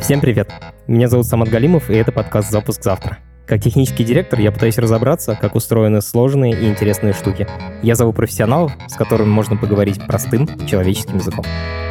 Всем привет! Меня зовут Самат Галимов, и это подкаст «Запуск завтра». Как технический директор я пытаюсь разобраться, как устроены сложные и интересные штуки. Я зову профессионалов, с которыми можно поговорить простым человеческим языком.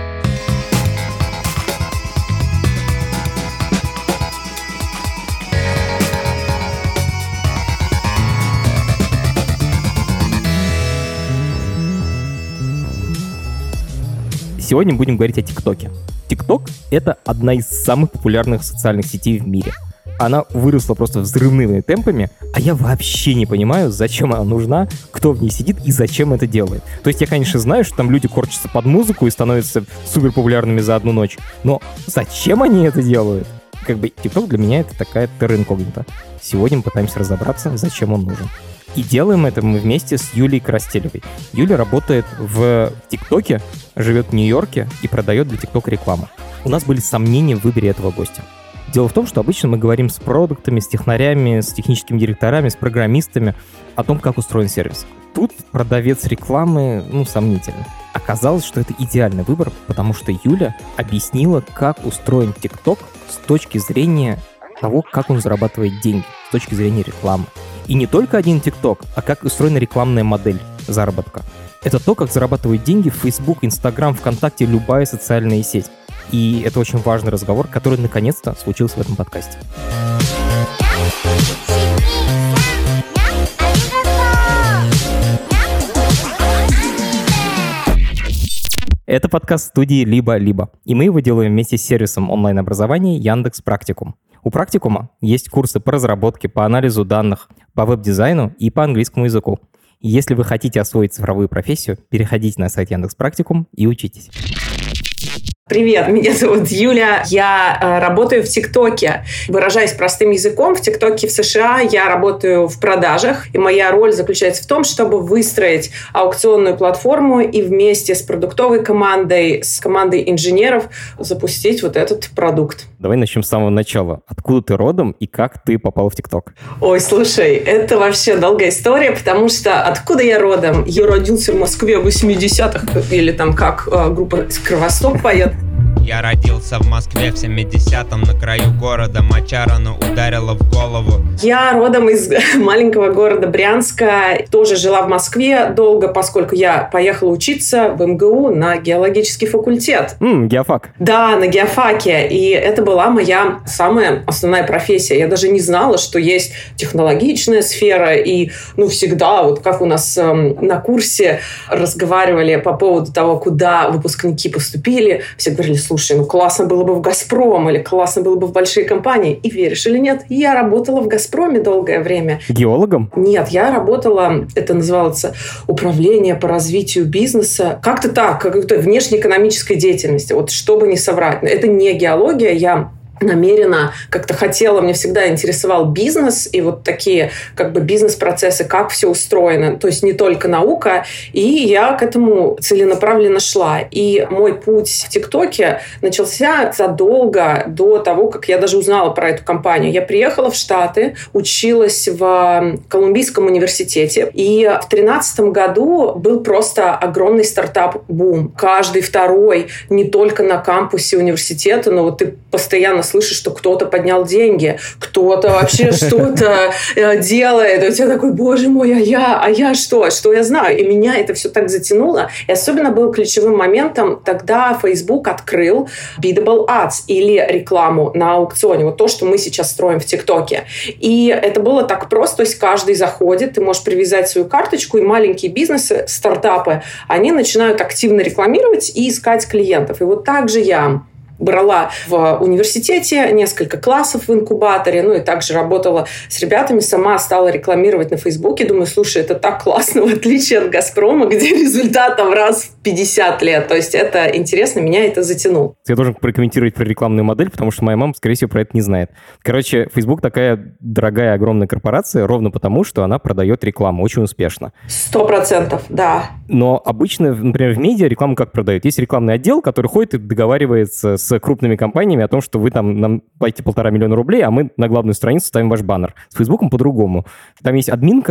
Сегодня будем говорить о ТикТоке. ТикТок — это одна из самых популярных социальных сетей в мире. Она выросла просто взрывными темпами, а я вообще не понимаю, зачем она нужна, кто в ней сидит и зачем это делает. То есть я, конечно, знаю, что там люди корчатся под музыку и становятся супер популярными за одну ночь, но зачем они это делают? ТикТок для меня это такая терра инкогнита. Сегодня мы пытаемся разобраться, зачем он нужен. И делаем это мы вместе с Юлией Коростелевой. Юля работает в ТикТоке, живет в Нью-Йорке и продает для ТикТока рекламу. У нас были сомнения в выборе этого гостя. Дело в том, что обычно мы говорим с продуктами, с технарями, с техническими директорами, с программистами о том, как устроен сервис. Тут продавец рекламы, сомнительно. Оказалось, что это идеальный выбор, потому что Юля объяснила, как устроен ТикТок с точки зрения того, как он зарабатывает деньги, с точки зрения рекламы. И не только один ТикТок, а как устроена рекламная модель заработка. Это то, как зарабатывают деньги в Facebook, Instagram, ВКонтакте, любая социальная сеть. И это очень важный разговор, который наконец-то случился в этом подкасте. Это подкаст студии «Либо-либо», и мы его делаем вместе с сервисом онлайн-образования Яндекс.Практикум. У Практикума есть курсы по разработке, по анализу данных, по веб-дизайну и по английскому языку. И если вы хотите освоить цифровую профессию, переходите на сайт Яндекс.Практикум и учитесь. Привет, меня зовут Юля, я работаю в ТикТоке. Выражаясь простым языком, в ТикТоке в США я работаю в продажах, и моя роль заключается в том, чтобы выстроить аукционную платформу и вместе с продуктовой командой, с командой инженеров запустить вот этот продукт. Давай начнем с самого начала. Откуда ты родом и как ты попал в ТикТок? Ой, слушай, это вообще долгая история, потому что откуда я родом? Я родился в Москве в 80-х, или там как группа «Кровосток» поет. Я родился в Москве в 70-м, на краю города Мочарано ударило в голову. Я родом из маленького города Брянска, тоже жила в Москве долго, поскольку я поехала учиться в МГУ на геологический факультет. Геофак. Да, на геофаке, и это была моя самая основная профессия. Я даже не знала, что есть технологичная сфера, и всегда, вот как у нас на курсе разговаривали по поводу того, куда выпускники поступили, все говорили: слушай, классно было бы в «Газпром» или классно было бы в большие компании. И веришь или нет, я работала в «Газпроме» долгое время. Геологом? Нет, я работала, это называется управление по развитию бизнеса. Как-то так, какой-то внешнеэкономической деятельности. Вот чтобы не соврать. Это не геология, я намеренно как-то хотела, мне всегда интересовал бизнес и вот такие бизнес-процессы, как все устроено. То есть не только наука. И я к этому целенаправленно шла. И мой путь в ТикТоке начался задолго до того, как я даже узнала про эту компанию. Я приехала в Штаты, училась в Колумбийском университете. И в 2013 году был просто огромный стартап-бум. Каждый второй, не только на кампусе университета, но вот ты постоянно слышишь, что кто-то поднял деньги, кто-то вообще что-то делает. И у тебя такой: боже мой, а я что? Что я знаю? И меня это все так затянуло. И особенно был ключевым моментом, тогда Facebook открыл Biddable Ads или рекламу на аукционе. Вот то, что мы сейчас строим в ТикТоке. И это было так просто. То есть каждый заходит, ты можешь привязать свою карточку, и маленькие бизнесы, стартапы, они начинают активно рекламировать и искать клиентов. И вот так же я брала в университете несколько классов в инкубаторе, и также работала с ребятами, сама стала рекламировать на Фейсбуке. Думаю, слушай, это так классно, в отличие от «Газпрома», где результат раз в 50 лет. То есть это интересно, меня это затянуло. Я должен прокомментировать про рекламную модель, потому что моя мама, скорее всего, про это не знает. Короче, Facebook такая дорогая, огромная корпорация ровно потому, что она продает рекламу очень успешно. 100%, да. Но обычно, например, в медиа рекламу как продают? Есть рекламный отдел, который ходит и договаривается с крупными компаниями о том, что вы там нам платите 1,5 миллиона рублей, а мы на главную страницу ставим ваш баннер. С Фейсбуком по-другому. Там есть админка,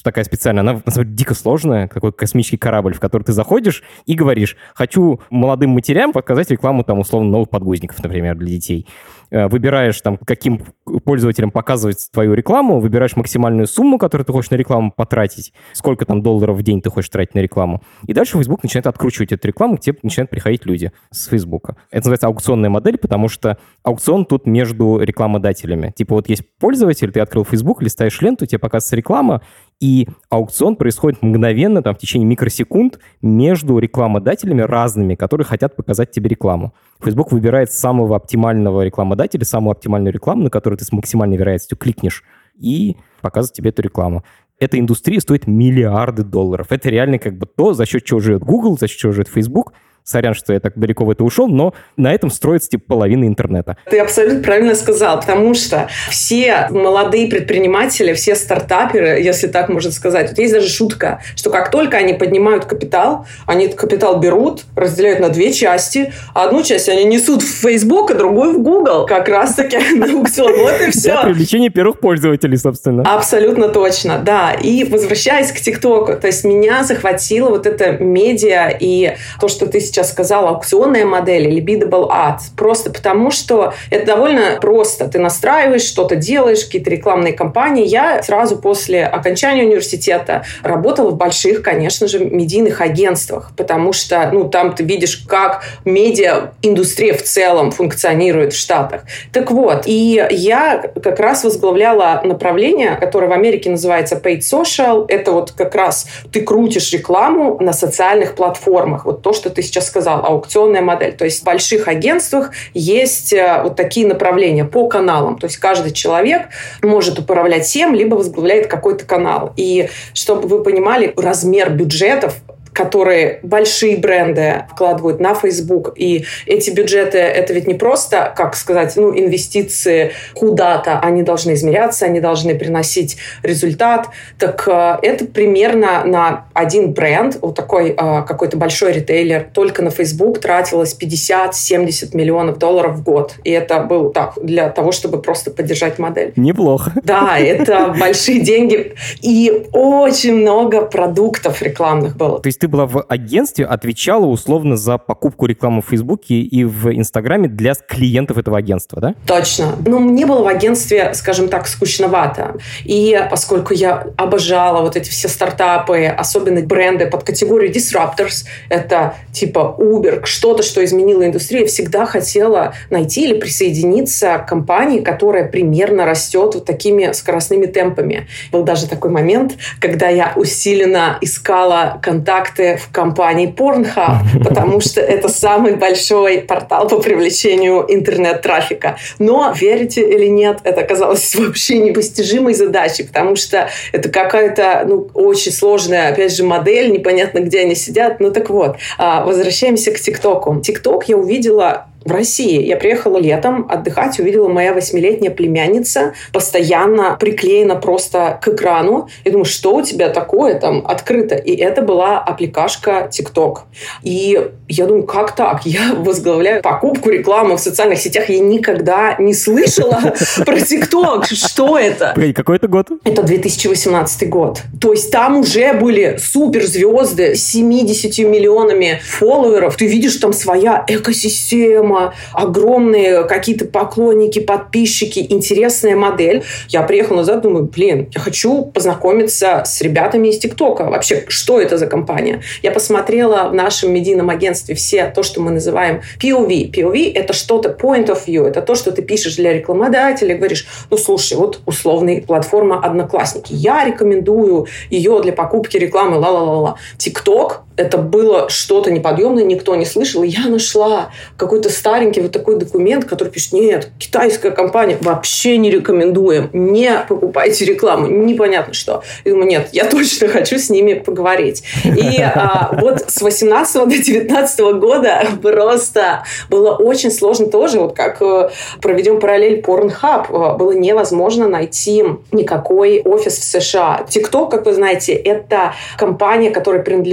такая специальная, она, на самом деле, дико сложная, такой космический корабль, в который ты заходишь и говоришь, хочу молодым матерям показать рекламу, там, условно, новых подгузников, например, для детей. Выбираешь, там, каким пользователям показывать твою рекламу, выбираешь максимальную сумму, которую ты хочешь на рекламу потратить, сколько там долларов в день ты хочешь тратить на рекламу. И дальше Facebook начинает откручивать эту рекламу, к тебе начинают приходить люди с Facebook. Это называется аукционная модель, потому что аукцион тут между рекламодателями. Типа вот есть пользователь, ты открыл Facebook, листаешь ленту, тебе показывается реклама, и аукцион происходит мгновенно, там, в течение микросекунд между рекламодателями разными, которые хотят показать тебе рекламу. Facebook выбирает самого оптимального рекламодателя, самую оптимальную рекламу, на которую ты с максимальной вероятностью кликнешь, и показывает тебе эту рекламу. Эта индустрия стоит миллиарды долларов. Это реально как бы то, за счет чего живет Google, за счет чего живет Facebook. Сорян, что я так далеко в это ушел, но на этом строится типа половина интернета. Ты абсолютно правильно сказал, потому что все молодые предприниматели, все стартаперы, если так можно сказать, вот есть даже шутка, что как только они поднимают капитал, они этот капитал берут, разделяют на две части, а одну часть они несут в Facebook, а другую в Google. Как раз-таки на аукцион. Вот и все. Для привлечения первых пользователей, собственно. Абсолютно точно, да. И возвращаясь к ТикТоку, то есть меня захватило вот это медиа и то, что ты сейчас сказала, аукционная модель или biddable ad. Просто потому, что это довольно просто. Ты настраиваешь, что-то делаешь, какие-то рекламные кампании. Я сразу после окончания университета работала в больших, конечно же, медийных агентствах, потому что, там ты видишь, как медиа-индустрия в целом функционирует в Штатах. Так вот, и я как раз возглавляла направление, которое в Америке называется paid social. Это вот как раз ты крутишь рекламу на социальных платформах. Вот то, что ты сейчас сказал, аукционная модель. То есть в больших агентствах есть вот такие направления по каналам. То есть каждый человек может управлять всем, либо возглавляет какой-то канал. И чтобы вы понимали, размер бюджетов, которые большие бренды вкладывают на Facebook. И эти бюджеты, это ведь не просто, как сказать, инвестиции куда-то. Они должны измеряться, они должны приносить результат. Так это примерно на один бренд, вот такой какой-то большой ритейлер, только на Facebook тратилось 50-70 миллионов долларов в год. И это было так, для того, чтобы просто поддержать модель. Неплохо. Да, это большие деньги. И очень много продуктов рекламных было. То есть ты была в агентстве, отвечала условно за покупку рекламы в Фейсбуке и в Инстаграме для клиентов этого агентства, да? Точно. Мне было в агентстве, скажем так, скучновато. И поскольку я обожала вот эти все стартапы, особенно бренды под категорию disruptors, это типа Uber, что-то, что изменило индустрию, я всегда хотела найти или присоединиться к компании, которая примерно растет вот такими скоростными темпами. Был даже такой момент, когда я усиленно искала контакты в компании Pornhub, потому что это самый большой портал по привлечению интернет-трафика. Но, верите или нет, это оказалось вообще непостижимой задачей, потому что это какая-то очень сложная, опять же, модель, непонятно, где они сидят. Так вот, возвращаемся к ТикТоку. ТикТок я увидела в России. Я приехала летом отдыхать, увидела моя 8-летняя племянница постоянно приклеена просто к экрану. Я думаю, что у тебя такое там открыто? И это была аппликашка TikTok. И я думаю, как так? Я возглавляю покупку рекламы в социальных сетях. Я никогда не слышала про TikTok. Что это? Погоди, какой это год? Это 2018 год. То есть там уже были суперзвезды с 70 миллионами фолловеров. Ты видишь, там своя экосистема, огромные какие-то поклонники, подписчики, интересная модель. Я приехала назад, думаю, я хочу познакомиться с ребятами из ТикТока. Вообще, что это за компания? Я посмотрела в нашем медийном агентстве все то, что мы называем POV. POV — это что-то point of view. Это то, что ты пишешь для рекламодателя, говоришь, слушай, вот условная платформа Одноклассники. Я рекомендую ее для покупки рекламы, ла-ла-ла-ла. ТикТок — это было что-то неподъемное, никто не слышал. И я нашла какой-то старенький вот такой документ, который пишет, нет, китайская компания, вообще не рекомендуем, не покупайте рекламу, непонятно что. Я думаю, нет, я точно хочу с ними поговорить. И вот с 18 до 19 года просто было очень сложно тоже, вот как проведем параллель Pornhub, было невозможно найти никакой офис в США. TikTok, как вы знаете, это компания, которая принадлежит бренду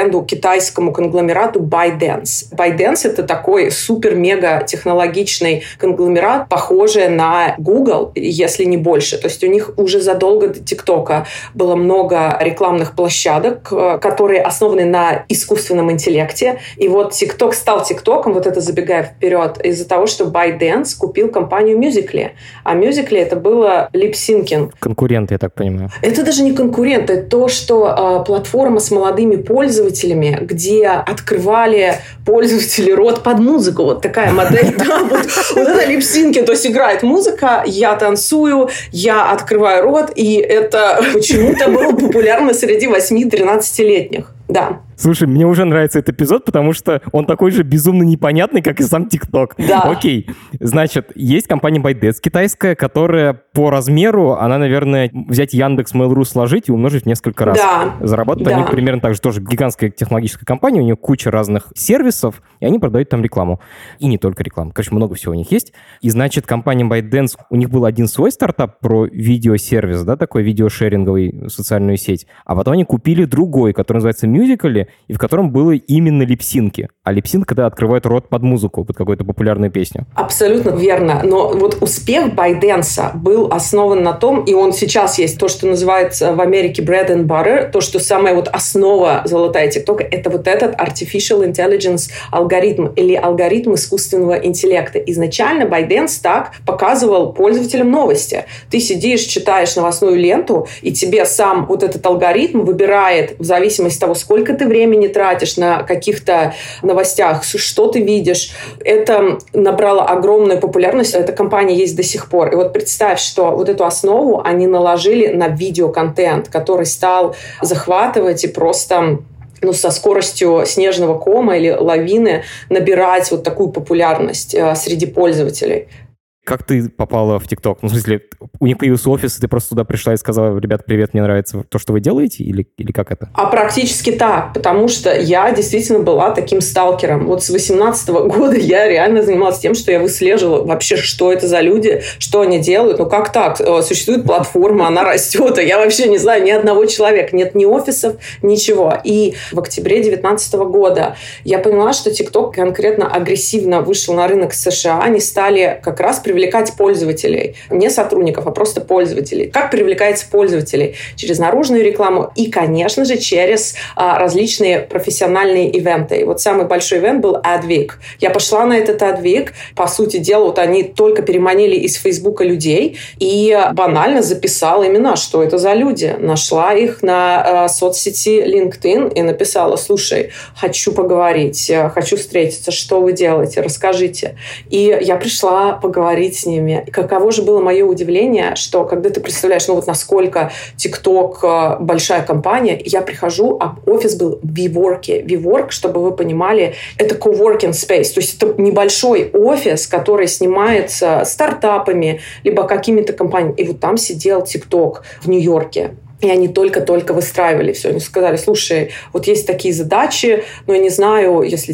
бренду, китайскому конгломерату ByteDance. ByteDance — это такой супер-мега-технологичный конгломерат, похожий на Google, если не больше. То есть у них уже задолго до ТикТока было много рекламных площадок, которые основаны на искусственном интеллекте. И вот ТикТок стал ТикТоком, вот это забегая вперед, из-за того, что ByteDance купил компанию Musical.ly. А Musical.ly — это было липсинкинг. Конкурент, я так понимаю. Это даже не конкурент, это то, что платформа с молодыми пользователями, где открывали пользователи рот под музыку. Вот такая модель. Да, вот это липсинкинг. То есть играет музыка, я танцую, я открываю рот, и это почему-то было популярно среди 8-13-летних. Да. Слушай, мне уже нравится этот эпизод, потому что он такой же безумно непонятный, как и сам ТикТок. Да. Окей. Значит, есть компания ByteDance китайская, которая по размеру, она, наверное, взять Яндекс, Mail.ru сложить и умножить в несколько раз. Да. Зарабатывают они примерно так же. Тоже гигантская технологическая компания, у нее куча разных сервисов, и они продают там рекламу. И не только рекламу. Короче, много всего у них есть. И, значит, компания ByteDance, у них был один свой стартап про видеосервис, да, такой видеошеринговый социальную сеть. А потом они купили другой, который называется Musical.ly, и в котором было именно липсинки. А липсинг, когда открывают рот под музыку, под какую-то популярную песню. Абсолютно верно. Но вот успех ByteDance был основан на том, и он сейчас есть, то, что называется в Америке bread and butter, то, что самая вот основа золотая ТикТока, это вот этот artificial intelligence алгоритм или алгоритм искусственного интеллекта. Изначально ByteDance так показывал пользователям новости. Ты сидишь, читаешь новостную ленту, и тебе сам вот этот алгоритм выбирает в зависимости от того, сколько ты времени тратишь на каких-то новостях, что ты видишь. Это набрало огромную популярность. Эта компания есть до сих пор. И вот представь, что вот эту основу они наложили на видеоконтент, который стал захватывать и просто со скоростью снежного кома или лавины набирать вот такую популярность среди пользователей. Как ты попала в ТикТок? Ну, в смысле, у них появился офис, и ты просто туда пришла и сказала: ребят, привет, мне нравится то, что вы делаете, или как это? А практически так, потому что я действительно была таким сталкером. Вот с 2018 года я реально занималась тем, что я выслеживала вообще, что это за люди, что они делают. Ну, как так? Существует платформа, она растет, а я вообще не знаю ни одного человека, нет ни офисов, ничего. И в октябре 2019 года я поняла, что ТикТок конкретно агрессивно вышел на рынок США. Они стали как раз привлекать пользователей. Не сотрудников, а просто пользователей. Как привлекается пользователей? Через наружную рекламу и, конечно же, через различные профессиональные ивенты. И вот самый большой ивент был Adweek. Я пошла на этот Adweek. По сути дела, вот они только переманили из Фейсбука людей и банально записала имена, что это за люди. Нашла их на соцсети LinkedIn и написала: слушай, хочу поговорить, хочу встретиться, что вы делаете, расскажите. И я пришла поговорить с ними. И каково же было мое удивление, что когда ты представляешь, насколько TikTok большая компания, я прихожу, а офис был в WeWork. WeWork, чтобы вы понимали, это coworking space, то есть это небольшой офис, который снимается стартапами, либо какими-то компаниями. И вот там сидел TikTok в Нью-Йорке. И они только-только выстраивали все. Они сказали: слушай, вот есть такие задачи, но я не знаю, если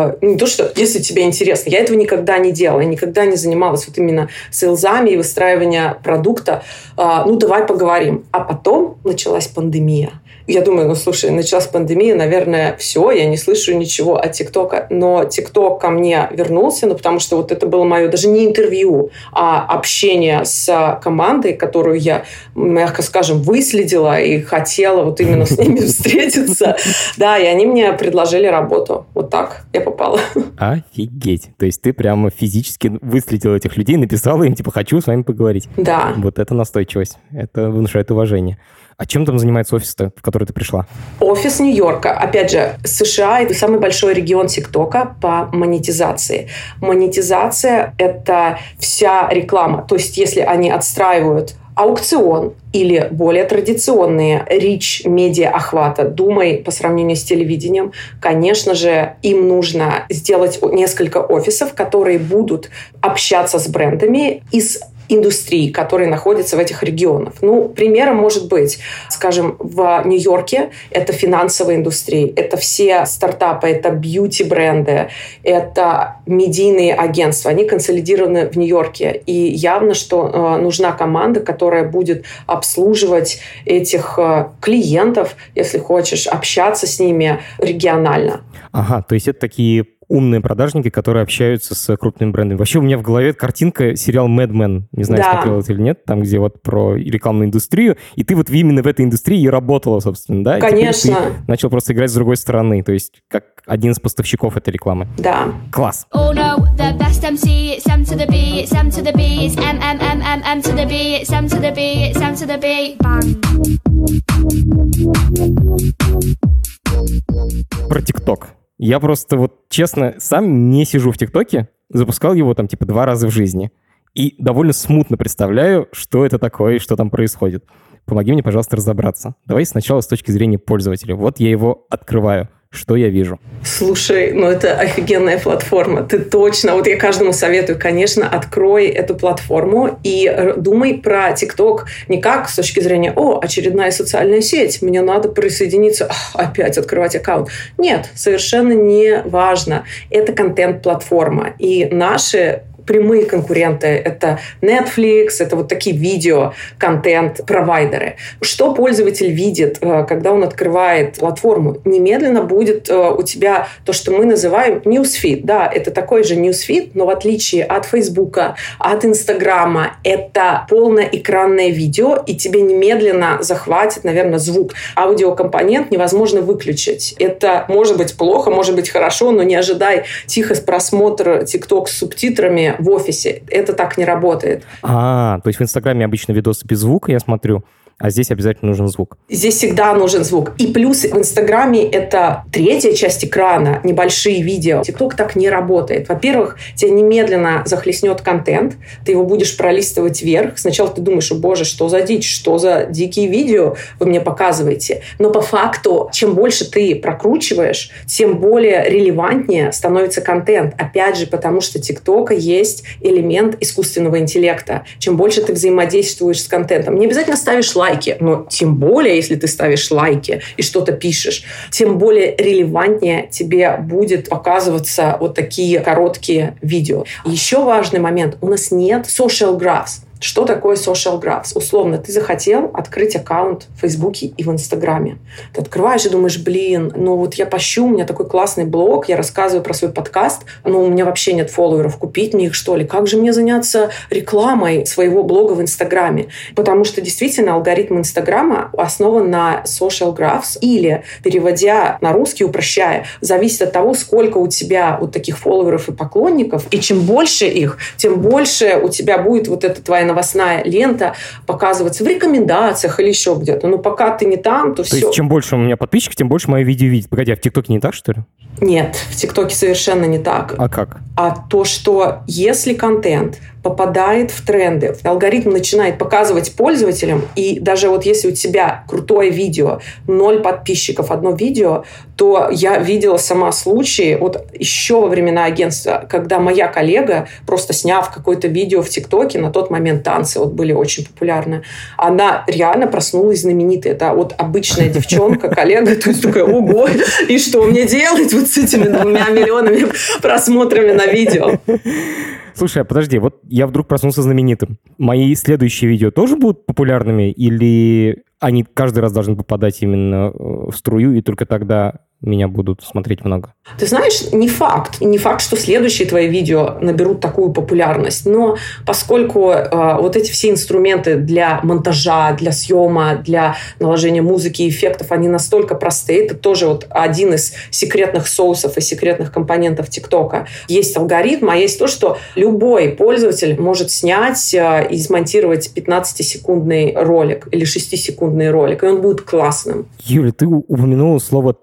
тебе интересно. Я этого никогда не делала, я никогда не занималась вот именно сейлзами и выстраиванием продукта. Давай поговорим. А потом началась пандемия. Я думаю, слушай, началась пандемия, наверное, все, я не слышу ничего от ТикТока. Но ТикТок ко мне вернулся, потому что вот это было мое даже не интервью, а общение с командой, которую я, мягко скажем, выследила и хотела вот именно с ними встретиться. Да, и они мне предложили работу. Вот так я попала. Офигеть. То есть ты прямо физически выследила этих людей, написала им, хочу с вами поговорить. Да. Вот это настойчивость. Это внушает уважение. А чем там занимается офис-то, в который ты пришла? Офис Нью-Йорка. Опять же, США – это самый большой регион ТикТока по монетизации. Монетизация – это вся реклама. То есть, если они отстраивают аукцион или более традиционные рич-медиа охвата, думай по сравнению с телевидением, конечно же, им нужно сделать несколько офисов, которые будут общаться с брендами из индустрий, которые находятся в этих регионах. Ну, примером может быть, скажем, в Нью-Йорке это финансовая индустрия, это все стартапы, это бьюти-бренды, это медийные агентства. Они консолидированы в Нью-Йорке. И явно, что нужна команда, которая будет обслуживать этих клиентов, если хочешь, общаться с ними регионально. Ага, то есть это такие умные продажники, которые общаются с крупными брендами. Вообще у меня в голове картинка сериал Mad Men. Не знаю, смотрел это или нет, там, где вот про рекламную индустрию. И ты вот именно в этой индустрии и работала, собственно, да? Конечно. И теперь ты начал просто играть с другой стороны, то есть как один из поставщиков этой рекламы. Да. Класс. Oh no, the best MC, it's M to the B, it's M to the B, it's M, M, M, M, M to the B, it's M to the B, it's M to the B, bang. Про ТикТок. Я просто вот, честно, сам не сижу в ТикТоке, запускал его там типа 2 раза в жизни. И довольно смутно представляю, что это такое и что там происходит. Помоги мне, пожалуйста, разобраться. Давай сначала с точки зрения пользователя. Вот я его открываю. Что я вижу? Слушай, ну это офигенная платформа. Ты точно, вот я каждому советую, конечно, открой эту платформу и думай про ТикТок не как с точки зрения, очередная социальная сеть, мне надо присоединиться, опять открывать аккаунт. Нет, совершенно не важно. Это контент-платформа. И наши прямые конкуренты — это Netflix, это вот такие видео-контент-провайдеры. Что пользователь видит, когда он открывает платформу? Немедленно будет у тебя то, что мы называем newsfeed. Да, это такой же newsfeed, но в отличие от Фейсбука, от Инстаграма, это полноэкранное видео, и тебе немедленно захватит, наверное, звук. Аудиокомпонент невозможно выключить. Это может быть плохо, может быть хорошо, но не ожидай тихо просмотра TikTok с субтитрами в офисе. Это так не работает. То есть в Инстаграме обычно видосы без звука, я смотрю, а здесь обязательно нужен звук. Здесь всегда нужен звук. И плюс в Инстаграме это третья часть экрана, небольшие видео. ТикТок так не работает. Во-первых, тебя немедленно захлестнет контент, ты его будешь пролистывать вверх. Сначала ты думаешь, о боже, что за дичь, что за дикие видео вы мне показываете. Но по факту, чем больше ты прокручиваешь, тем более релевантнее становится контент. Опять же, потому что ТикТока есть элемент искусственного интеллекта. Чем больше ты взаимодействуешь с контентом, не обязательно ставишь лайки, но тем более, если ты ставишь лайки и что-то пишешь, тем более релевантнее тебе будет показываться вот такие короткие видео. Еще важный момент. У нас нет social graphs. Что такое social graphs? Условно, ты захотел открыть аккаунт в Фейсбуке и в Инстаграме. Ты открываешь и думаешь, вот я пощу, у меня такой классный блог, я рассказываю про свой подкаст, но у меня вообще нет фолловеров, купить мне их, что ли? Как же мне заняться рекламой своего блога в Инстаграме? Потому что действительно алгоритм Инстаграма основан на social graphs или, переводя на русский, упрощая, зависит от того, сколько у тебя вот таких фолловеров и поклонников, и чем больше их, тем больше у тебя будет вот эта твоя новостная лента показываться в рекомендациях или еще где-то. Но пока ты не там, то все. То есть чем больше у меня подписчиков, тем больше мое видео видит. Погоди, а в ТикТоке не так, что ли? Нет, в ТикТоке совершенно не так. А как? А то, что если контент попадает в тренды, алгоритм начинает показывать пользователям, и даже вот если у тебя крутое видео, 0 подписчиков, 1 видео, то я видела сама случаи, вот еще во времена агентства, когда моя коллега, просто сняв какое-то видео в ТикТоке, на тот момент танцы вот были очень популярны, она реально проснулась знаменитой. Это вот обычная девчонка, коллега, то есть такая, ого, и что мне делать вот с этими 2 миллионами просмотрами на видео? Слушай, подожди, вот я вдруг проснулся знаменитым. Мои следующие видео тоже будут популярными или они каждый раз должны попадать именно в струю, и только тогда меня будут смотреть много? Ты знаешь, не факт. Не факт, что следующие твои видео наберут такую популярность. Но поскольку вот эти все инструменты для монтажа, для съема, для наложения музыки и эффектов, они настолько простые. Это тоже вот один из секретных соусов и секретных компонентов ТикТока. Есть алгоритм, а есть то, что любой пользователь может снять и смонтировать 15-секундный ролик или 6-секундный ролик, и он будет классным. Юля, ты упомянула слово «тренд».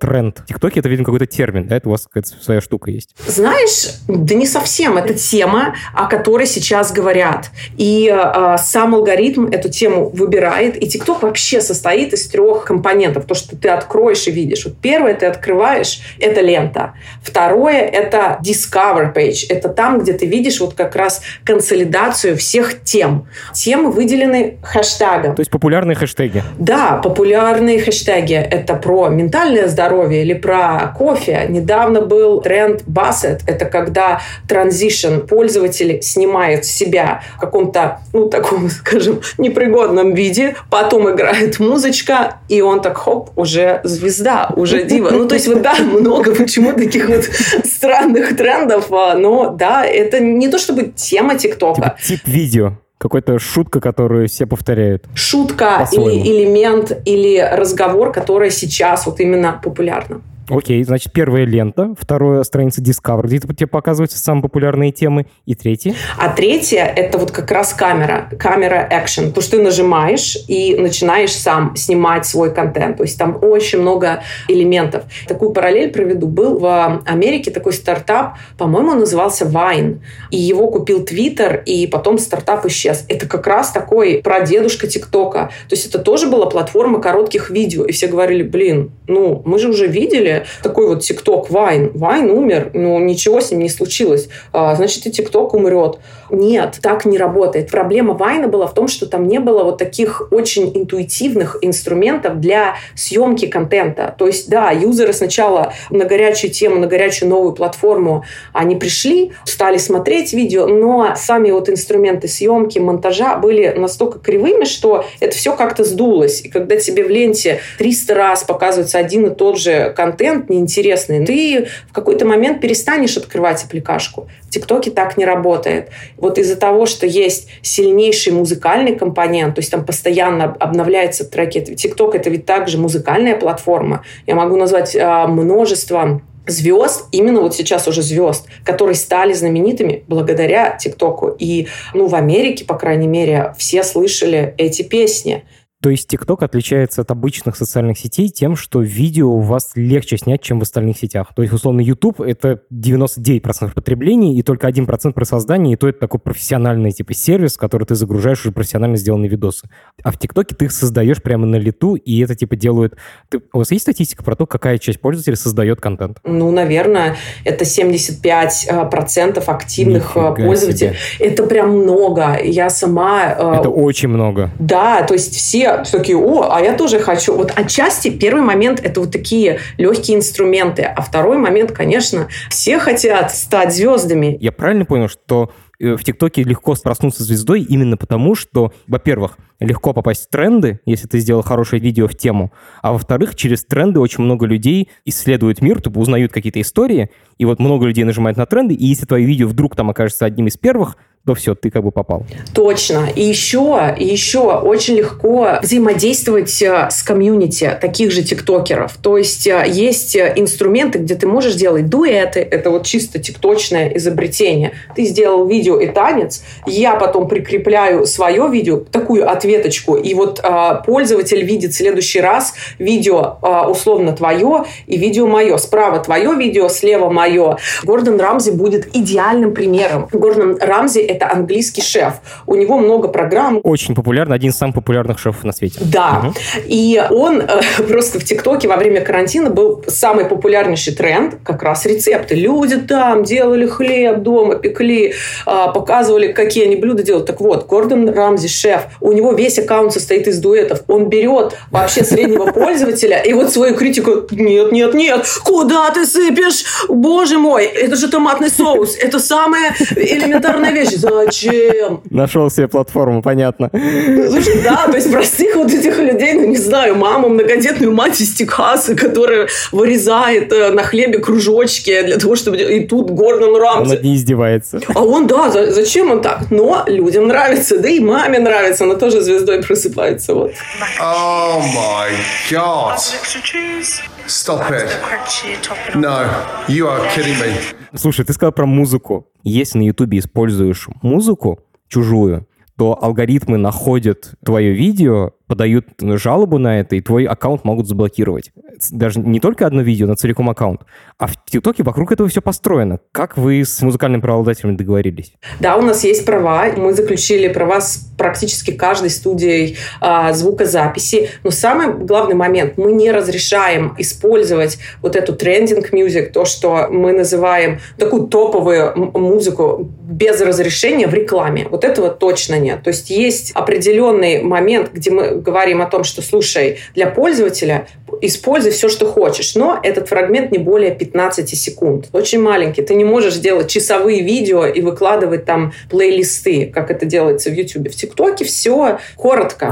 ТикТоки — это, видимо, какой-то термин, да? Это у вас какая-то своя штука есть. Знаешь, да не совсем. Это тема, о которой сейчас говорят. И сам алгоритм эту тему выбирает. И ТикТок вообще состоит из 3 компонентов. То, что ты откроешь и видишь. Вот первое, ты открываешь, это лента. Второе, это Discover Page. Это там, где ты видишь вот как раз консолидацию всех тем. Темы выделены хэштегом. То есть популярные хэштеги. Да, популярные хэштеги. Это про ментальное здоровье или про кофе. Недавно был тренд Bassett. Это когда транзишн пользователь снимает себя в каком-то, таком, скажем, непригодном виде, потом играет музычка, и он так, хоп, уже звезда, уже дива. То есть, много почему таких вот странных трендов, но да, это не то чтобы тема ТикТока. Тип видео. Какая-то шутка, которую все повторяют. Шутка или элемент, или разговор, который сейчас вот именно популярно. Окей, значит, первая лента, вторая страница Discover, где тебе показываются самые популярные темы, и третья? А третья — это вот как раз камера Action. То, что ты нажимаешь и начинаешь сам снимать свой контент. То есть там очень много элементов. Такую параллель проведу. Был в Америке такой стартап, по-моему, он назывался Vine. И его купил Twitter, и потом стартап исчез. Это как раз такой прадедушка ТикТока. То есть это тоже была платформа коротких видео. И все говорили, мы же уже видели такой вот ТикТок, Вайн умер, ничего с ним не случилось, значит и ТикТок умрет. Нет, так не работает. Проблема Вайна была в том, что там не было вот таких очень интуитивных инструментов для съемки контента. То есть, да, юзеры сначала на горячую тему, на горячую новую платформу, они пришли, стали смотреть видео, но сами вот инструменты съемки, монтажа были настолько кривыми, что это все как-то сдулось. И когда тебе в ленте 300 раз показывается один и тот же контент, неинтересный, ты в какой-то момент перестанешь открывать аппликашку. В ТикТоке так не работает. Вот из-за того, что есть сильнейший музыкальный компонент, то есть там постоянно обновляются треки. ТикТок — это ведь также музыкальная платформа. Я могу назвать множество звезд, именно вот сейчас уже звезд, которые стали знаменитыми благодаря ТикТоку. И, в Америке, по крайней мере, все слышали эти песни. То есть TikTok отличается от обычных социальных сетей тем, что видео у вас легче снять, чем в остальных сетях. То есть, условно, YouTube — это 99% потребления и только 1% про создание, и то это такой профессиональный сервис, в который ты загружаешь уже профессионально сделанные видосы. А в ТикТоке ты их создаешь прямо на лету, и это делают... У вас есть статистика про то, какая часть пользователей создает контент? Наверное, это 75% активных пользователей. Себе. Это прям много. Я сама... Это очень много. Да, то есть все такие, а я тоже хочу. Вот отчасти первый момент — это вот такие легкие инструменты, а второй момент, конечно, все хотят стать звездами. Я правильно понял, что в ТикТоке легко проснуться звездой именно потому, что, во-первых, легко попасть в тренды, если ты сделал хорошее видео в тему, а во-вторых, через тренды очень много людей исследуют мир, узнают какие-то истории, и вот много людей нажимают на тренды, и если твое видео вдруг там окажется одним из первых, то все, ты попал. Точно. И еще очень легко взаимодействовать с комьюнити таких же тиктокеров. То есть есть инструменты, где ты можешь делать дуэты. Это вот чисто тикточное изобретение. Ты сделал видео и танец, я потом прикрепляю свое видео, такую ответочку, и вот пользователь видит в следующий раз видео условно твое и видео мое. Справа твое видео, слева мое. Гордон Рамзи будет идеальным примером. Гордон Рамзи — это английский шеф. У него много программ. Очень популярный, один из самых популярных шефов на свете. Да. Угу. И он просто в ТикТоке во время карантина был самый популярнейший тренд, как раз рецепты. Люди там делали хлеб дома, пекли, показывали, какие они блюда делают. Так вот, Гордон Рамзи, шеф, у него весь аккаунт состоит из дуэтов. Он берет вообще среднего пользователя и вот свою критику: нет, куда ты сыпешь? Боже мой, это же томатный соус. Это самая элементарная вещь. Зачем? Нашел себе платформу, понятно. Слушай, да, то есть простых вот этих людей, не знаю, маму, многодетную мать из Техаса, которая вырезает на хлебе кружочки для того, чтобы... И тут Гордон Рамзи. Он над ней издевается. А он, да, зачем он так? Но людям нравится, да и маме нравится, она тоже звездой просыпается. Вот. Oh my God. Stop it. No, you are kidding me. Слушай, ты сказал про музыку. Если на Ютубе используешь музыку чужую, то алгоритмы находят твое видео подают жалобу на это, и твой аккаунт могут заблокировать. Даже не только одно видео, но целиком аккаунт. А в ТикТоке вокруг этого все построено. Как вы с музыкальным правообладателем договорились? Да, у нас есть права. Мы заключили права с практически каждой студией звукозаписи. Но самый главный момент, мы не разрешаем использовать вот эту трендинг мьюзик, то, что мы называем такую топовую музыку без разрешения в рекламе. Вот этого точно нет. То есть есть определенный момент, где мы говорим о том, что, слушай, для пользователя используй все, что хочешь, но этот фрагмент не более 15 секунд. Очень маленький. Ты не можешь делать часовые видео и выкладывать там плейлисты, как это делается в YouTube. В ТикТоке все коротко.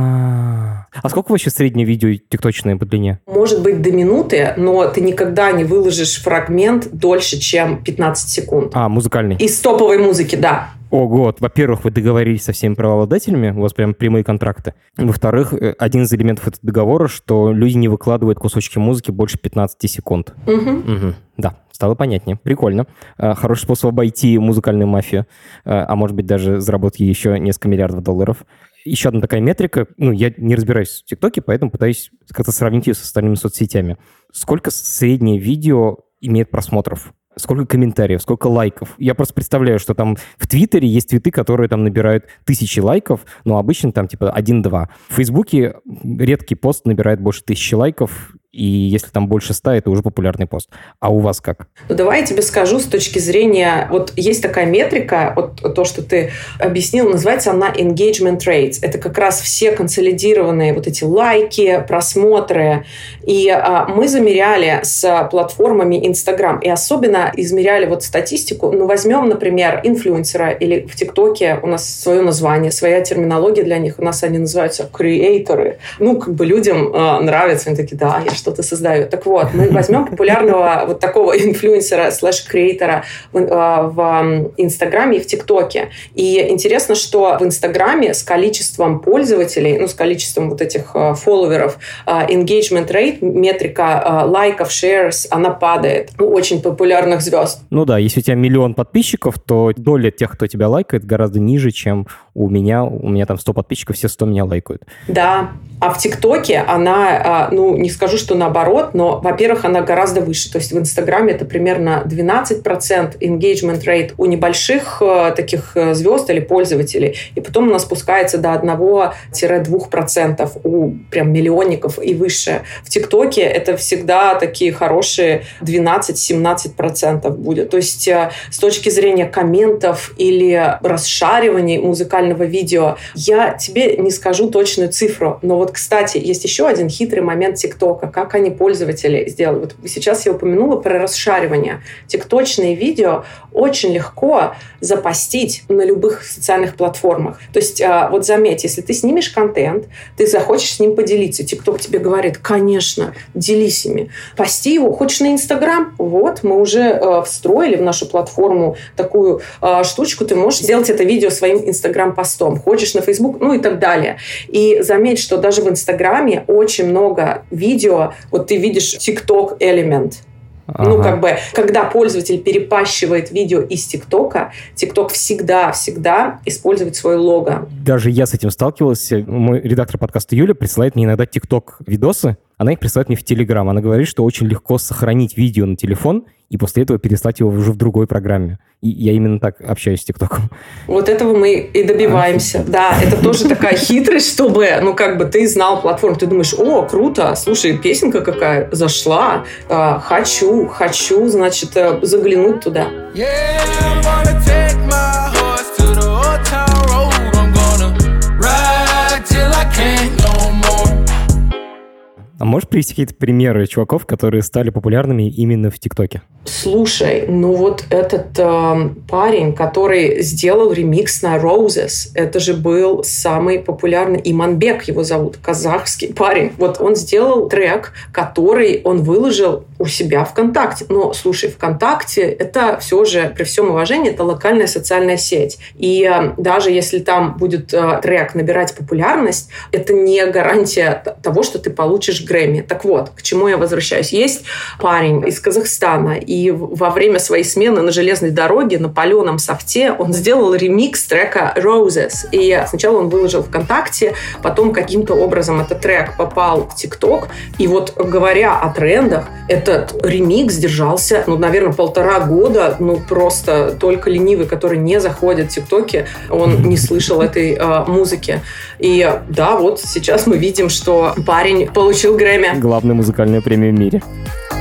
А сколько вообще среднее видео тикточное по длине? Может быть, до минуты, но ты никогда не выложишь фрагмент дольше, чем 15 секунд. Музыкальный? Из топовой музыки, да. Ого, во-первых, вы договорились со всеми правообладателями, у вас прям прямые контракты. Во-вторых, один из элементов этого договора, что люди не выкладывают кусочки музыки больше 15 секунд. Угу. Да, стало понятнее. Прикольно. Хороший способ обойти музыкальную мафию, а может быть даже заработать еще несколько миллиардов долларов. Еще одна такая метрика, я не разбираюсь в ТикТоке, поэтому пытаюсь как-то сравнить ее с остальными соцсетями. Сколько среднее видео имеет просмотров? Сколько комментариев, сколько лайков. Я просто представляю, что там в Твиттере есть твиты, которые там набирают 1000 лайков, но обычно там типа 1-2. В Фейсбуке редкий пост набирает больше 1000 лайков, и если там больше 100, это уже популярный пост. А у вас как? Давай я тебе скажу с точки зрения... Вот есть такая метрика, вот то, что ты объяснил, называется она engagement rates. Это как раз все консолидированные вот эти лайки, просмотры. И мы замеряли с платформами Instagram. И особенно измеряли вот статистику. Возьмем, например, инфлюенсера, или в ТикТоке у нас свое название, своя терминология для них. У нас они называются креаторы. Людям нравится. Они такие, да, я что-то создаю. Так вот, мы возьмем популярного вот такого инфлюенсера /креатора в Инстаграме и в ТикТоке. И интересно, что в Инстаграме с количеством пользователей, с количеством вот этих фолловеров, engagement rate, метрика лайков, shares, она падает у очень популярных звезд. Да, если у тебя 1 миллион подписчиков, то доля тех, кто тебя лайкает, гораздо ниже, чем у меня. У меня там 100 подписчиков, все 100 меня лайкают. Да, а в ТикТоке она, не скажу, что наоборот, но, во-первых, она гораздо выше. То есть в Инстаграме это примерно 12% engagement rate у небольших таких звезд или пользователей. И потом она спускается до 1-2% у прям миллионников и выше. В ТикТоке это всегда такие хорошие 12-17% будет. То есть с точки зрения комментов или расшариваний музыкального видео, я тебе не скажу точную цифру. Но вот, кстати, есть еще один хитрый момент ТикТока. Как они пользователи сделали. Вот сейчас я упомянула про расшаривание. ТикТочные видео очень легко запостить на любых социальных платформах. То есть, вот заметь, если ты снимешь контент, ты захочешь с ним поделиться. ТикТок тебе говорит, конечно, делись ими. Пости его. Хочешь на Инстаграм? Вот, мы уже встроили в нашу платформу такую штучку. Ты можешь сделать это видео своим Инстаграм-постом. Хочешь на Фейсбук? И так далее. И заметь, что даже в Инстаграме очень много видео. Вот ты видишь TikTok элемент. Когда пользователь перепащивает видео из ТикТока, ТикТок всегда использует свой лого. Даже я с этим сталкивался. Мой редактор подкаста Юля присылает мне иногда ТикТок-видосы. Она их присылает мне в Телеграм. Она говорит, что очень легко сохранить видео на телефон и после этого переслать его уже в другой программе. И я именно так общаюсь с ТикТоком. Вот этого мы и добиваемся. Да, это тоже такая хитрость, чтобы, ты знал платформу. Ты думаешь, о, круто, слушай, песенка какая зашла. Хочу, значит, заглянуть туда. А можешь привести какие-то примеры чуваков, которые стали популярными именно в ТикТоке? Слушай, этот парень, который сделал ремикс на Roses, это же был самый популярный, Иманбек его зовут, казахский парень. Вот он сделал трек, который он выложил у себя ВКонтакте. Но, слушай, ВКонтакте это все же, при всем уважении, это локальная социальная сеть. И даже если там будет трек набирать популярность, это не гарантия того, что ты получишь Грэмми. Грэмми. Так вот, к чему я возвращаюсь. Есть парень из Казахстана, и во время своей смены на железной дороге на паленом софте он сделал ремикс трека Roses. И сначала он выложил ВКонтакте, потом каким-то образом этот трек попал в ТикТок. И вот говоря о трендах, этот ремикс держался, наверное, 1,5 года. Просто только ленивый, который не заходит в ТикТоке, он не слышал этой музыки. И да, вот сейчас мы видим, что парень получил Грэмми. Главная музыкальная премия в мире.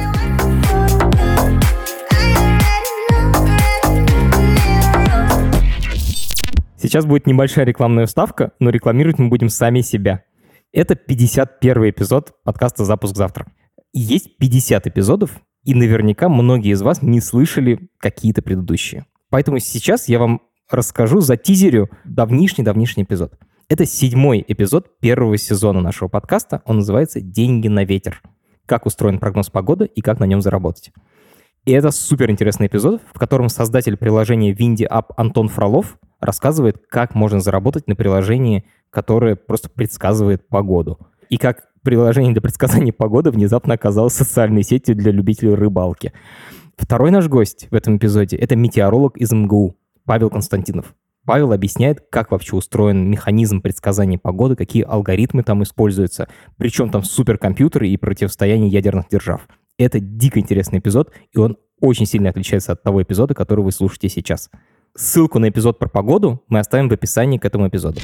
Сейчас будет небольшая рекламная вставка, но рекламировать мы будем сами себя. Это 51-й эпизод подкаста «Запуск завтра». Есть 50 эпизодов, и наверняка многие из вас не слышали какие-то предыдущие. Поэтому сейчас я вам расскажу, затизерю давнишний эпизод. Это 7-й эпизод 1-го сезона нашего подкаста. Он называется «Деньги на ветер». Как устроен прогноз погоды и как на нем заработать. И это суперинтересный эпизод, в котором создатель приложения Windy App Антон Фролов рассказывает, как можно заработать на приложении, которое просто предсказывает погоду. И как приложение для предсказания погоды внезапно оказалось социальной сетью для любителей рыбалки. Второй наш гость в этом эпизоде — это метеоролог из МГУ Павел Константинов. Павел объясняет, как вообще устроен механизм предсказания погоды, какие алгоритмы там используются, причем там суперкомпьютеры и противостояние ядерных держав. Это дико интересный эпизод, и он очень сильно отличается от того эпизода, который вы слушаете сейчас. Ссылку на эпизод про погоду мы оставим в описании к этому эпизоду.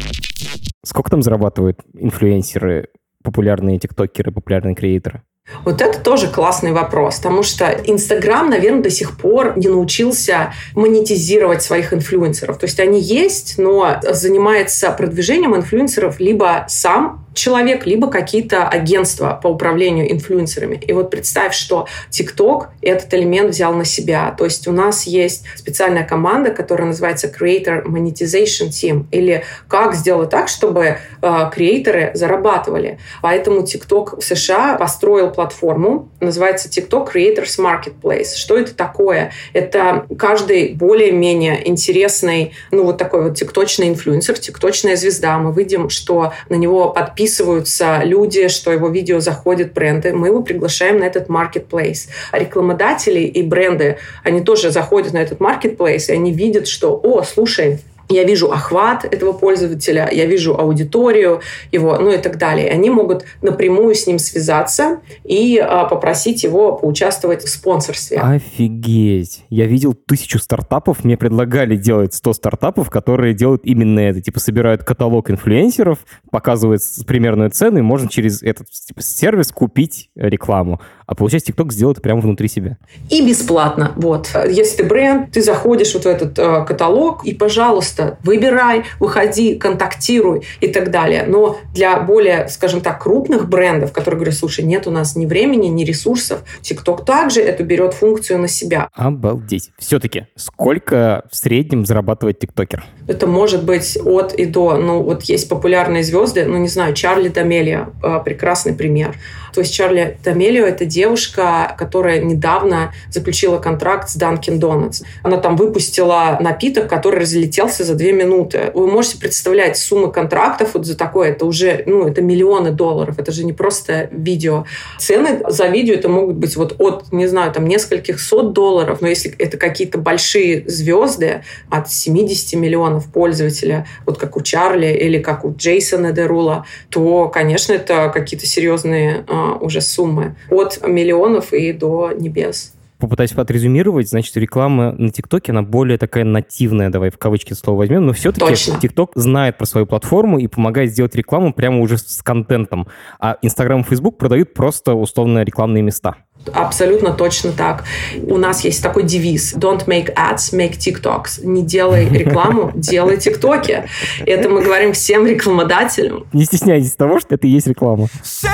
Сколько там зарабатывают инфлюенсеры, популярные тиктокеры, популярные креаторы? Вот это тоже классный вопрос, потому что Инстаграм, наверное, до сих пор не научился монетизировать своих инфлюенсеров. То есть они есть, но занимается продвижением инфлюенсеров либо сам человек, либо какие-то агентства по управлению инфлюенсерами. И вот представь, что TikTok этот элемент взял на себя. То есть у нас есть специальная команда, которая называется Creator Monetization Team, или как сделать так, чтобы креаторы зарабатывали. Поэтому TikTok в США построил платформу, называется TikTok Creators Marketplace. Что это такое? Это каждый более-менее интересный, вот такой вот тикточный инфлюенсер, тикточная звезда. Мы видим, что на него подписываются люди, что его видео заходят бренды. Мы его приглашаем на этот marketplace. А рекламодатели и бренды, они тоже заходят на этот marketplace, и они видят, что, слушай, я вижу охват этого пользователя, я вижу аудиторию его, и так далее. Они могут напрямую с ним связаться и попросить его поучаствовать в спонсорстве. Офигеть! Я видел 1000 стартапов, мне предлагали делать 100 стартапов, которые делают именно это. Собирают каталог инфлюенсеров, показывают примерную цену, и можно через этот сервис купить рекламу. А получается, TikTok сделает это прямо внутри себя. И бесплатно. Вот. Если ты бренд, ты заходишь в этот каталог, и, пожалуйста, выбирай, выходи, контактируй и так далее. Но для более, скажем так, крупных брендов, которые говорят, слушай, нет у нас ни времени, ни ресурсов, TikTok также эту берет функцию на себя. Обалдеть. Все-таки, сколько в среднем зарабатывает тиктокер? Это может быть от и до. Вот есть популярные звезды, не знаю, Чарли Дамелио, прекрасный пример. То есть Чарли Дамелио — это девушка, которая недавно заключила контракт с Dunkin' Donuts. Она там выпустила напиток, который разлетелся за 2 минуты. Вы можете представлять суммы контрактов вот за такое? Это уже, это миллионы долларов. Это же не просто видео. Цены за видео это могут быть вот от, не знаю, там нескольких сот долларов. Но если это какие-то большие звезды от 70 миллионов пользователя, вот как у Чарли или как у Джейсона Дерула, то, конечно, это какие-то серьезные уже суммы. От миллионов и до небес. Попытаюсь отрезюмировать, значит, реклама на ТикТоке, она более такая нативная, давай в кавычки слово возьмем, но все-таки ТикТок знает про свою платформу и помогает сделать рекламу прямо уже с контентом. А Инстаграм и Фейсбук продают просто условно рекламные места. Абсолютно точно так. У нас есть такой девиз: Don't make ads, make TikToks. Не делай рекламу, делай ТикТоки. Это мы говорим всем рекламодателям. Не стесняйтесь того, что это и есть реклама.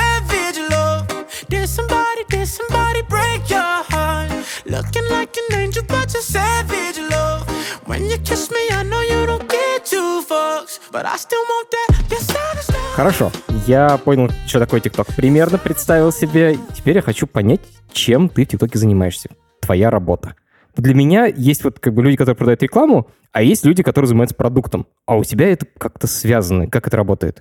Looking like an angel, but you're savage, love. When you kiss me, I know you don't get 2 fucks, but I still want that. Yes, I understand. Хорошо, я понял, что такое ТикТок. Примерно представил себе. Теперь я хочу понять, чем ты в ТикТоке занимаешься. Твоя работа. Для меня есть вот люди, которые продают рекламу, а есть люди, которые занимаются продуктом. А у тебя это как-то связано. Как это работает?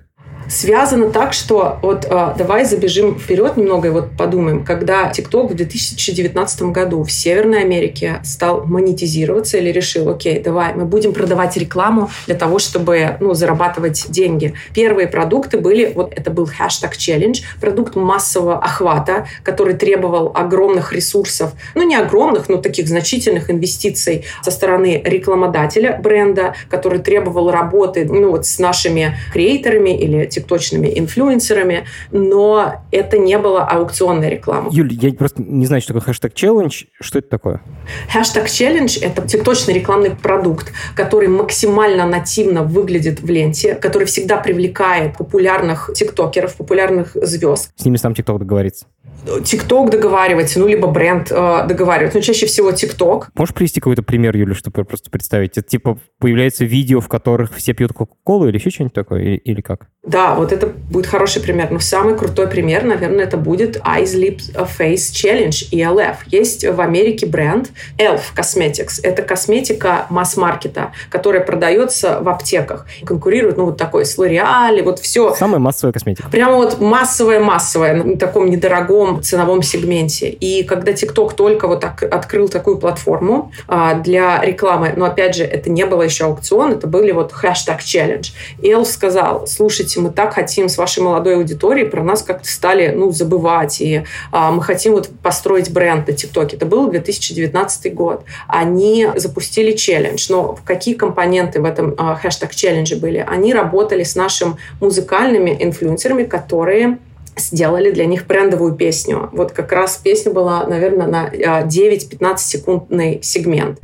Связано так, что вот давай забежим вперед немного и вот подумаем, когда TikTok в 2019 году в Северной Америке стал монетизироваться или решил, окей, давай, мы будем продавать рекламу для того, чтобы зарабатывать деньги. Первые продукты были, вот это был хэштаг челлендж, продукт массового охвата, который требовал огромных ресурсов, не огромных, но таких значительных инвестиций со стороны рекламодателя бренда, который требовал работы с нашими креаторами или тикточными инфлюенсерами, но это не была аукционная реклама. Юль, я просто не знаю, что такое хэштег челлендж. Что это такое? Хэштег челлендж — это тикточный рекламный продукт, который максимально нативно выглядит в ленте, который всегда привлекает популярных тиктокеров, популярных звезд. С ними сам TikTok договорится. TikTok договаривается, либо бренд договаривается. Но чаще всего TikTok. Можешь привести какой-то пример, Юля, чтобы просто представить? Это типа появляется видео, в которых все пьют Кока-Колу или еще что-нибудь такое? Или как? Да, вот это будет хороший пример. Но самый крутой пример, наверное, это будет Eyes Lips Face Challenge, ELF. Есть в Америке бренд ELF Cosmetics. Это косметика масс-маркета, которая продается в аптеках. Конкурирует, вот такой, с L'Oreal, вот все. Самая массовая косметика. Прямо вот массовая, на таком недорогом ценовом сегменте. И когда TikTok только вот так открыл такую платформу для рекламы, но опять же, это не было еще аукцион, это были вот хэштег челлендж. И ELF сказал: слушайте, мы так хотим с вашей молодой аудиторией, про нас как-то стали забывать, и мы хотим вот построить бренд на TikTok. Это был 2019 год. Они запустили челлендж, но какие компоненты в этом хэштег челлендже были? Они работали с нашими музыкальными инфлюенсерами, которые сделали для них брендовую песню. Вот как раз песня была, наверное, на 9-15 секундный сегмент.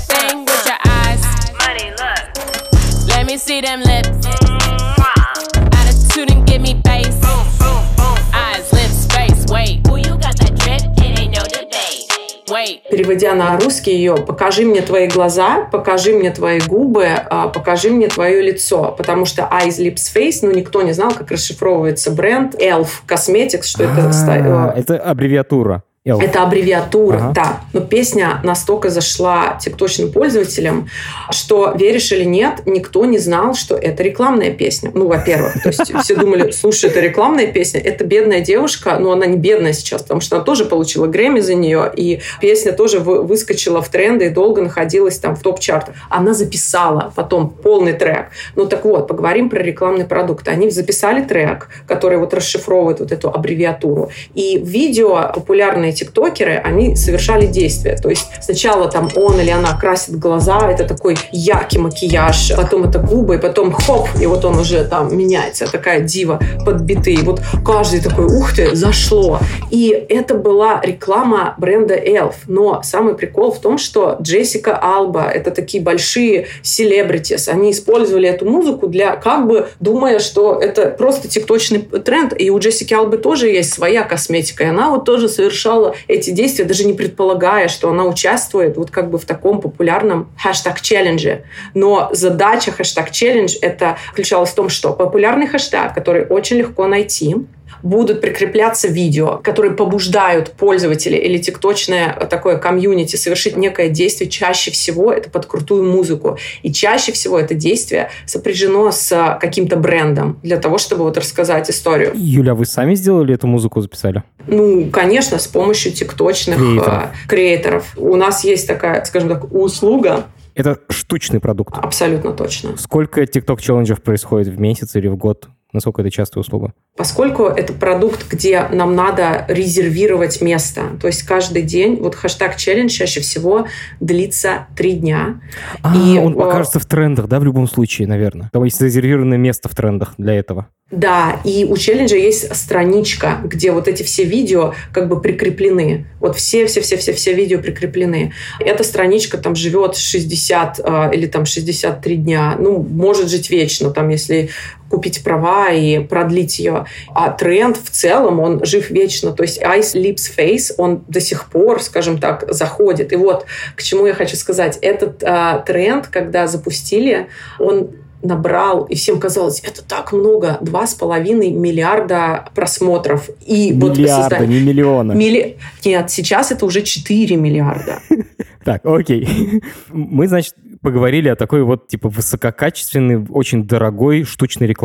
Переводя на русский ее: покажи мне твои глаза, покажи мне твои губы, покажи мне твое лицо. Потому что Eyes, Lips, Face, никто не знал, как расшифровывается бренд ELF Cosmetics, что это... Это аббревиатура. Это аббревиатура, да. Но песня настолько зашла тикточным пользователям, что, веришь или нет, никто не знал, что это рекламная песня. Во-первых. То есть все думали: слушай, это рекламная песня, это бедная девушка, но она не бедная сейчас, потому что она тоже получила Грэмми за нее, и песня тоже выскочила в тренды и долго находилась там в топ-чартах. Она записала потом полный трек. Так вот, поговорим про рекламный продукт. Они записали трек, который вот расшифровывает вот эту аббревиатуру. И в видео популярные тиктокеры, они совершали действия. То есть сначала там он или она красит глаза, это такой яркий макияж, потом это губы, и потом хоп, и вот он уже там меняется, такая дива подбитый. И вот каждый такой: ух ты, зашло. И это была реклама бренда ELF. Но самый прикол в том, что Джессика Альба, это такие большие селебритис, они использовали эту музыку для, думая, что это просто тикточный тренд. И у Джессики Альбы тоже есть своя косметика, и она вот тоже совершала эти действия, даже не предполагая, что она участвует вот в таком популярном хэштег-челлендже. Но задача хэштег-челлендж это заключалась в том, что популярный хэштег, который очень легко найти, будут прикрепляться видео, которые побуждают пользователей или тикточное такое комьюнити совершить некое действие. Чаще всего это под крутую музыку. И чаще всего это действие сопряжено с каким-то брендом для того, чтобы вот рассказать историю. Юля, вы сами сделали эту музыку, записали? Конечно, с помощью тикточных креаторов. У нас есть такая, скажем так, услуга. Это штучный продукт? Абсолютно точно. Сколько TikTok-челленджев происходит в месяц или в год? Насколько это частая услуга? Поскольку это продукт, где нам надо резервировать место, то есть каждый день, вот хэштег-челлендж чаще всего длится 3 дня. Он покажется в трендах, да, в любом случае, наверное? Там есть зарезервированное место в трендах для этого. Да, и у челленджа есть страничка, где вот эти все видео прикреплены. Вот все видео прикреплены. Эта страничка там живет 60 или там 63 дня. Может жить вечно, там, если купить права и продлить ее. А тренд в целом, он жив вечно. То есть Eyes, Lips, Face, он до сих пор, скажем так, заходит. И вот к чему я хочу сказать. Этот тренд, когда запустили, он набрал, и всем казалось, это так много, 2,5 миллиарда просмотров. И миллиарда, не миллиона. Нет, сейчас это уже 4 миллиарда. Так, окей. Мы, значит, поговорили о такой вот, высококачественной, очень дорогой штучной рекламе.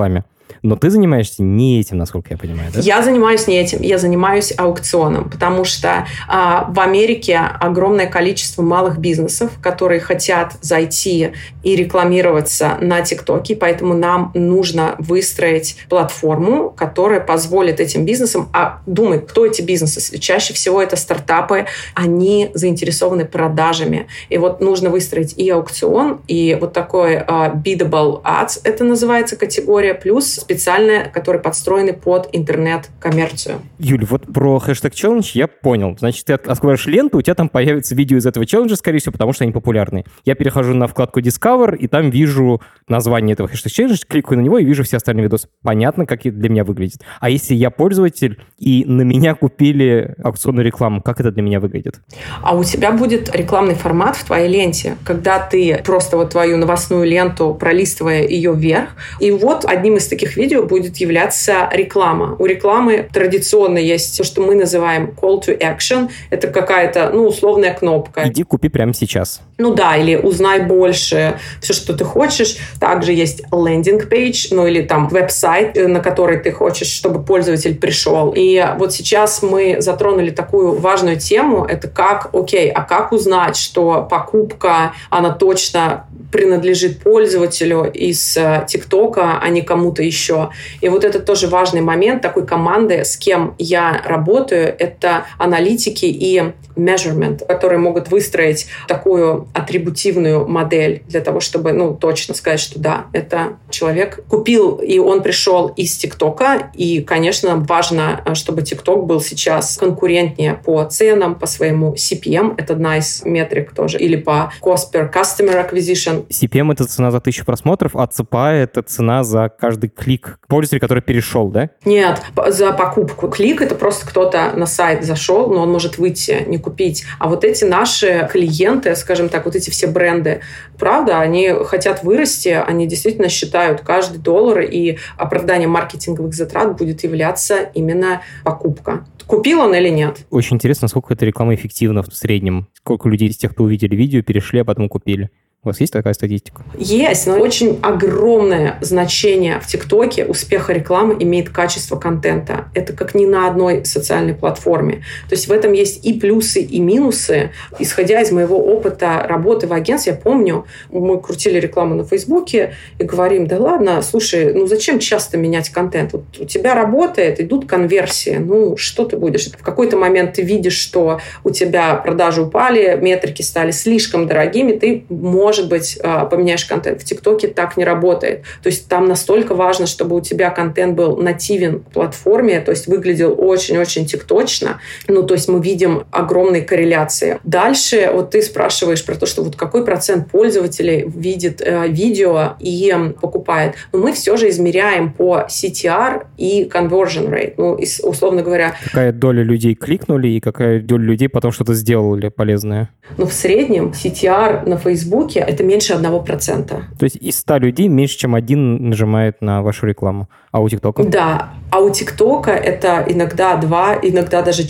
Но ты занимаешься не этим, насколько я понимаю, да? Я занимаюсь не этим, я занимаюсь аукционом, потому что в Америке огромное количество малых бизнесов, которые хотят зайти и рекламироваться на ТикТоке, поэтому нам нужно выстроить платформу, которая позволит этим бизнесам... думай, кто эти бизнесы? Чаще всего это стартапы, они заинтересованы продажами. И вот нужно выстроить и аукцион, и вот такой biddable ads, это называется категория, плюс специальная, которые подстроены под интернет-коммерцию. Юль, вот про хэштег челлендж я понял. Значит, ты открываешь ленту, у тебя там появится видео из этого челленджа, скорее всего, потому что они популярны. Я перехожу на вкладку Discover, и там вижу название этого хэштег челленджа, кликаю на него и вижу все остальные видосы. Понятно, как это для меня выглядит. А если я пользователь, и на меня купили аукционную рекламу, как это для меня выглядит? А у тебя будет рекламный формат в твоей ленте, когда ты просто вот твою новостную ленту, пролистывая ее вверх, и вот одним из таких видео будет являться реклама. У рекламы традиционно есть то, что мы называем call to action. Это какая-то, условная кнопка. Иди купи прямо сейчас. Или узнай больше, все, что ты хочешь. Также есть landing page, или там веб-сайт, на который ты хочешь, чтобы пользователь пришел. И вот сейчас мы затронули такую важную тему. Это как узнать, что покупка, она точно принадлежит пользователю из ТикТока, а не кому-то еще. И вот это тоже важный момент такой команды, с кем я работаю, это аналитики и measurement, которые могут выстроить такую атрибутивную модель для того, чтобы точно сказать, что да, это человек купил, и он пришел из ТикТока. И, конечно, важно, чтобы ТикТок был сейчас конкурентнее по ценам, по своему CPM, это одна из метрик тоже, или по cost per customer acquisition. CPM — это цена за 1000 просмотров, а CPA — это цена за каждый клик пользователя, который перешел, да? Нет, за покупку. Клик — это просто кто-то на сайт зашел, но он может выйти, не купить. А вот эти наши клиенты, скажем так, вот эти все бренды, правда, они хотят вырасти, они действительно считают каждый доллар, и оправданием маркетинговых затрат будет являться именно покупка. Купил он или нет? Очень интересно, насколько эта реклама эффективна в среднем. Сколько людей из тех, кто увидели видео, перешли, а потом купили. У вас есть такая статистика? Есть, но очень огромное значение в ТикТоке успеха рекламы имеет качество контента. Это как ни на одной социальной платформе. То есть в этом есть и плюсы, и минусы. Исходя из моего опыта работы в агентстве, я помню, мы крутили рекламу на Фейсбуке и говорим, да ладно, слушай, зачем часто менять контент? Вот у тебя работает, идут конверсии. Что ты будешь? В какой-то момент ты видишь, что у тебя продажи упали, метрики стали слишком дорогими, ты можешь, может быть, поменяешь контент. В ТикТоке так не работает. То есть там настолько важно, чтобы у тебя контент был нативен к платформе, то есть выглядел очень-очень тикточно. То есть мы видим огромные корреляции. Дальше вот ты спрашиваешь про то, что вот какой процент пользователей видит видео и покупает. Но мы все же измеряем по CTR и conversion rate. Условно говоря... Какая доля людей кликнули и какая доля людей потом что-то сделали полезное? В среднем CTR на Фейсбуке это меньше 1%. То есть из 100 людей меньше, чем один нажимает на вашу рекламу. А у ТикТока? Да. А у ТикТока это иногда 2, иногда даже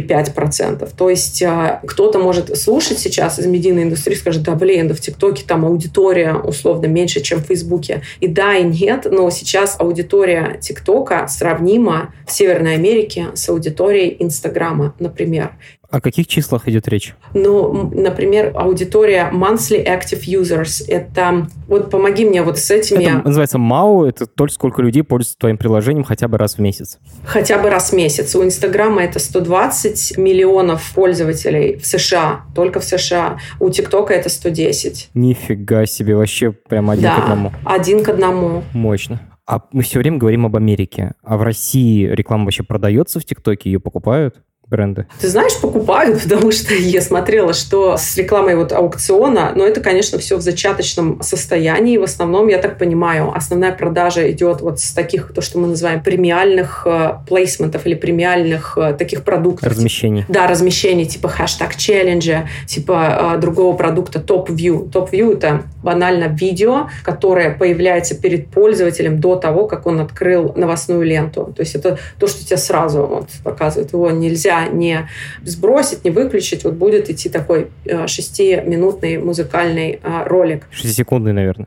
4-5%. То есть кто-то может слушать сейчас из медийной индустрии и скажет, да в ТикТоке там аудитория условно меньше, чем в Фейсбуке. И да, и нет, но сейчас аудитория ТикТока сравнима в Северной Америке с аудиторией Инстаграма, например. О каких числах идет речь? Например, аудитория monthly active users. Это... Вот помоги мне вот с этими... Это называется MAU, это только сколько людей пользуются твоим приложением хотя бы раз в месяц. Хотя бы раз в месяц. У Инстаграма это 120 миллионов пользователей в США, только в США. У ТикТока это 110. Нифига себе, вообще прям один к одному. Один к одному. Мощно. А мы все время говорим об Америке. А в России реклама вообще продается в ТикТоке? Ее покупают? Бренды? Ты знаешь, покупают, потому что я смотрела, что с рекламой аукциона, но это, конечно, все в зачаточном состоянии. В основном, я так понимаю, основная продажа идет вот с таких, то, что мы называем премиальных плейсментов или премиальных таких продуктов. Размещений. Да, размещений типа хэштег-челленджа, типа другого продукта Top-View. Top-View — это банально видео, которое появляется перед пользователем до того, как он открыл новостную ленту. То есть это то, что тебе сразу показывает. Его нельзя нельзя не сбросить, не выключить. Вот будет идти такой 6-минутный музыкальный ролик. 6-секундный, наверное.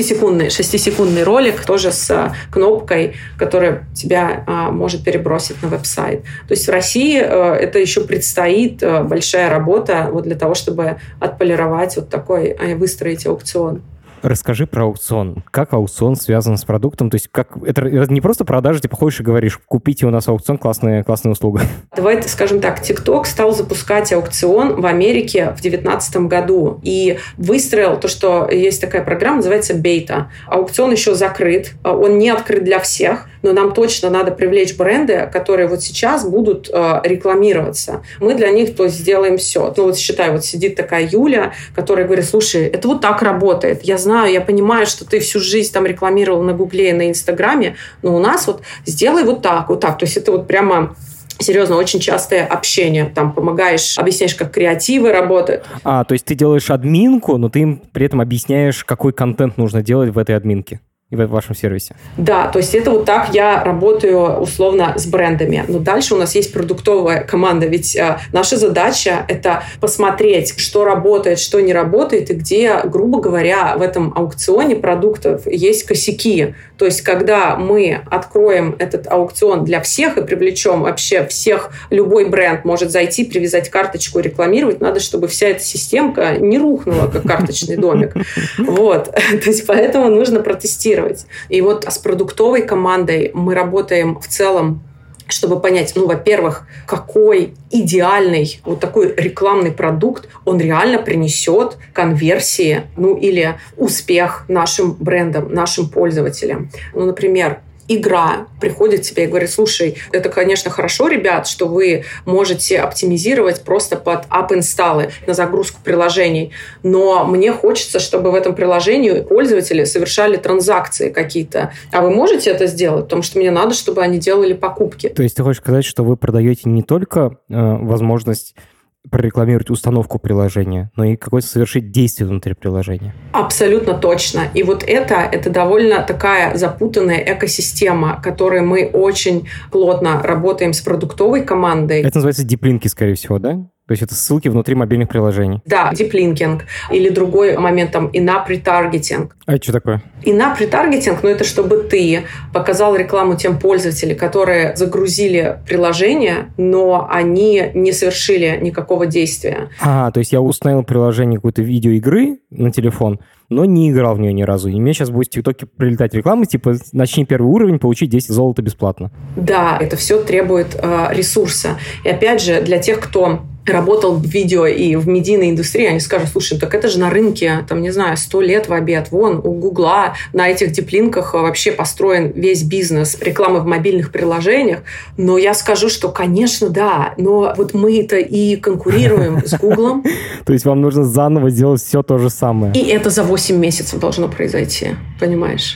6-секундный ролик, тоже с кнопкой, которая тебя может перебросить на веб-сайт. То есть в России это еще предстоит большая работа вот для того, чтобы отполировать вот такой, выстроить аукцион. Расскажи про аукцион. Как аукцион связан с продуктом? То есть как это не просто продажа, ты приходишь и говоришь, купите у нас аукцион, классная услуга. Давай скажем так, TikTok стал запускать аукцион в Америке в 2019 году и выстроил то, что есть такая программа, называется бета. Аукцион еще закрыт, он не открыт для всех, но нам точно надо привлечь бренды, которые вот сейчас будут рекламироваться. Мы для них то сделаем все. Ну вот считай, вот сидит такая Юля, которая говорит, слушай, это вот так работает. Я знаю, я понимаю, что ты всю жизнь там рекламировал на Гугле и на Инстаграме, но у нас вот сделай вот так, вот так. То есть это вот прямо... Серьезно, очень частое общение. Там помогаешь, объясняешь, как креативы работают. То есть ты делаешь админку, но ты им при этом объясняешь, какой контент нужно делать в этой админке и в вашем сервисе. Да, то есть это вот так я работаю условно с брендами. Но дальше у нас есть продуктовая команда. Ведь наша задача – это посмотреть, что работает, что не работает, и где, грубо говоря, в этом аукционе продуктов есть косяки. То есть когда мы откроем этот аукцион для всех и привлечем вообще всех, любой бренд может зайти, привязать карточку и рекламировать, надо, чтобы вся эта системка не рухнула, как карточный домик. Вот. То есть поэтому нужно протестировать. И вот с продуктовой командой мы работаем в целом, чтобы понять, во-первых, какой идеальный вот такой рекламный продукт он реально принесет конверсии, или успех нашим брендам, нашим пользователям. Например, игра приходит к тебе и говорит, слушай, это, конечно, хорошо, ребят, что вы можете оптимизировать просто под ап-инсталлы на загрузку приложений, но мне хочется, чтобы в этом приложении пользователи совершали транзакции какие-то. А вы можете это сделать? Потому что мне надо, чтобы они делали покупки. То есть ты хочешь сказать, что вы продаете не только возможность прорекламировать установку приложения, но и какое-то совершить действие внутри приложения. Абсолютно точно. И вот это довольно такая запутанная экосистема, которой мы очень плотно работаем с продуктовой командой. Это называется диплинки, скорее всего, да? То есть это ссылки внутри мобильных приложений. Да, диплинкинг. Или другой момент, там, in-app retargeting. А это что такое? In-app retargeting, это чтобы ты показал рекламу тем пользователям, которые загрузили приложение, но они не совершили никакого действия. То есть я установил приложение какой-то видеоигры на телефон, но не играл в нее ни разу. И мне сейчас будет в ТикТоке прилетать реклама, типа, начни первый уровень, получи 10 золота бесплатно. Да, это все требует ресурса. И опять же, для тех, кто работал в видео и в медийной индустрии, они скажут, слушай, так это же на рынке, 100 лет в обед. Вон, у Гугла на этих диплинках вообще построен весь бизнес рекламы в мобильных приложениях. Но я скажу, что, конечно, да, но вот мы-то и конкурируем с Гуглом. То есть вам нужно заново сделать все то же самое. И это за 8 месяцев должно произойти, понимаешь?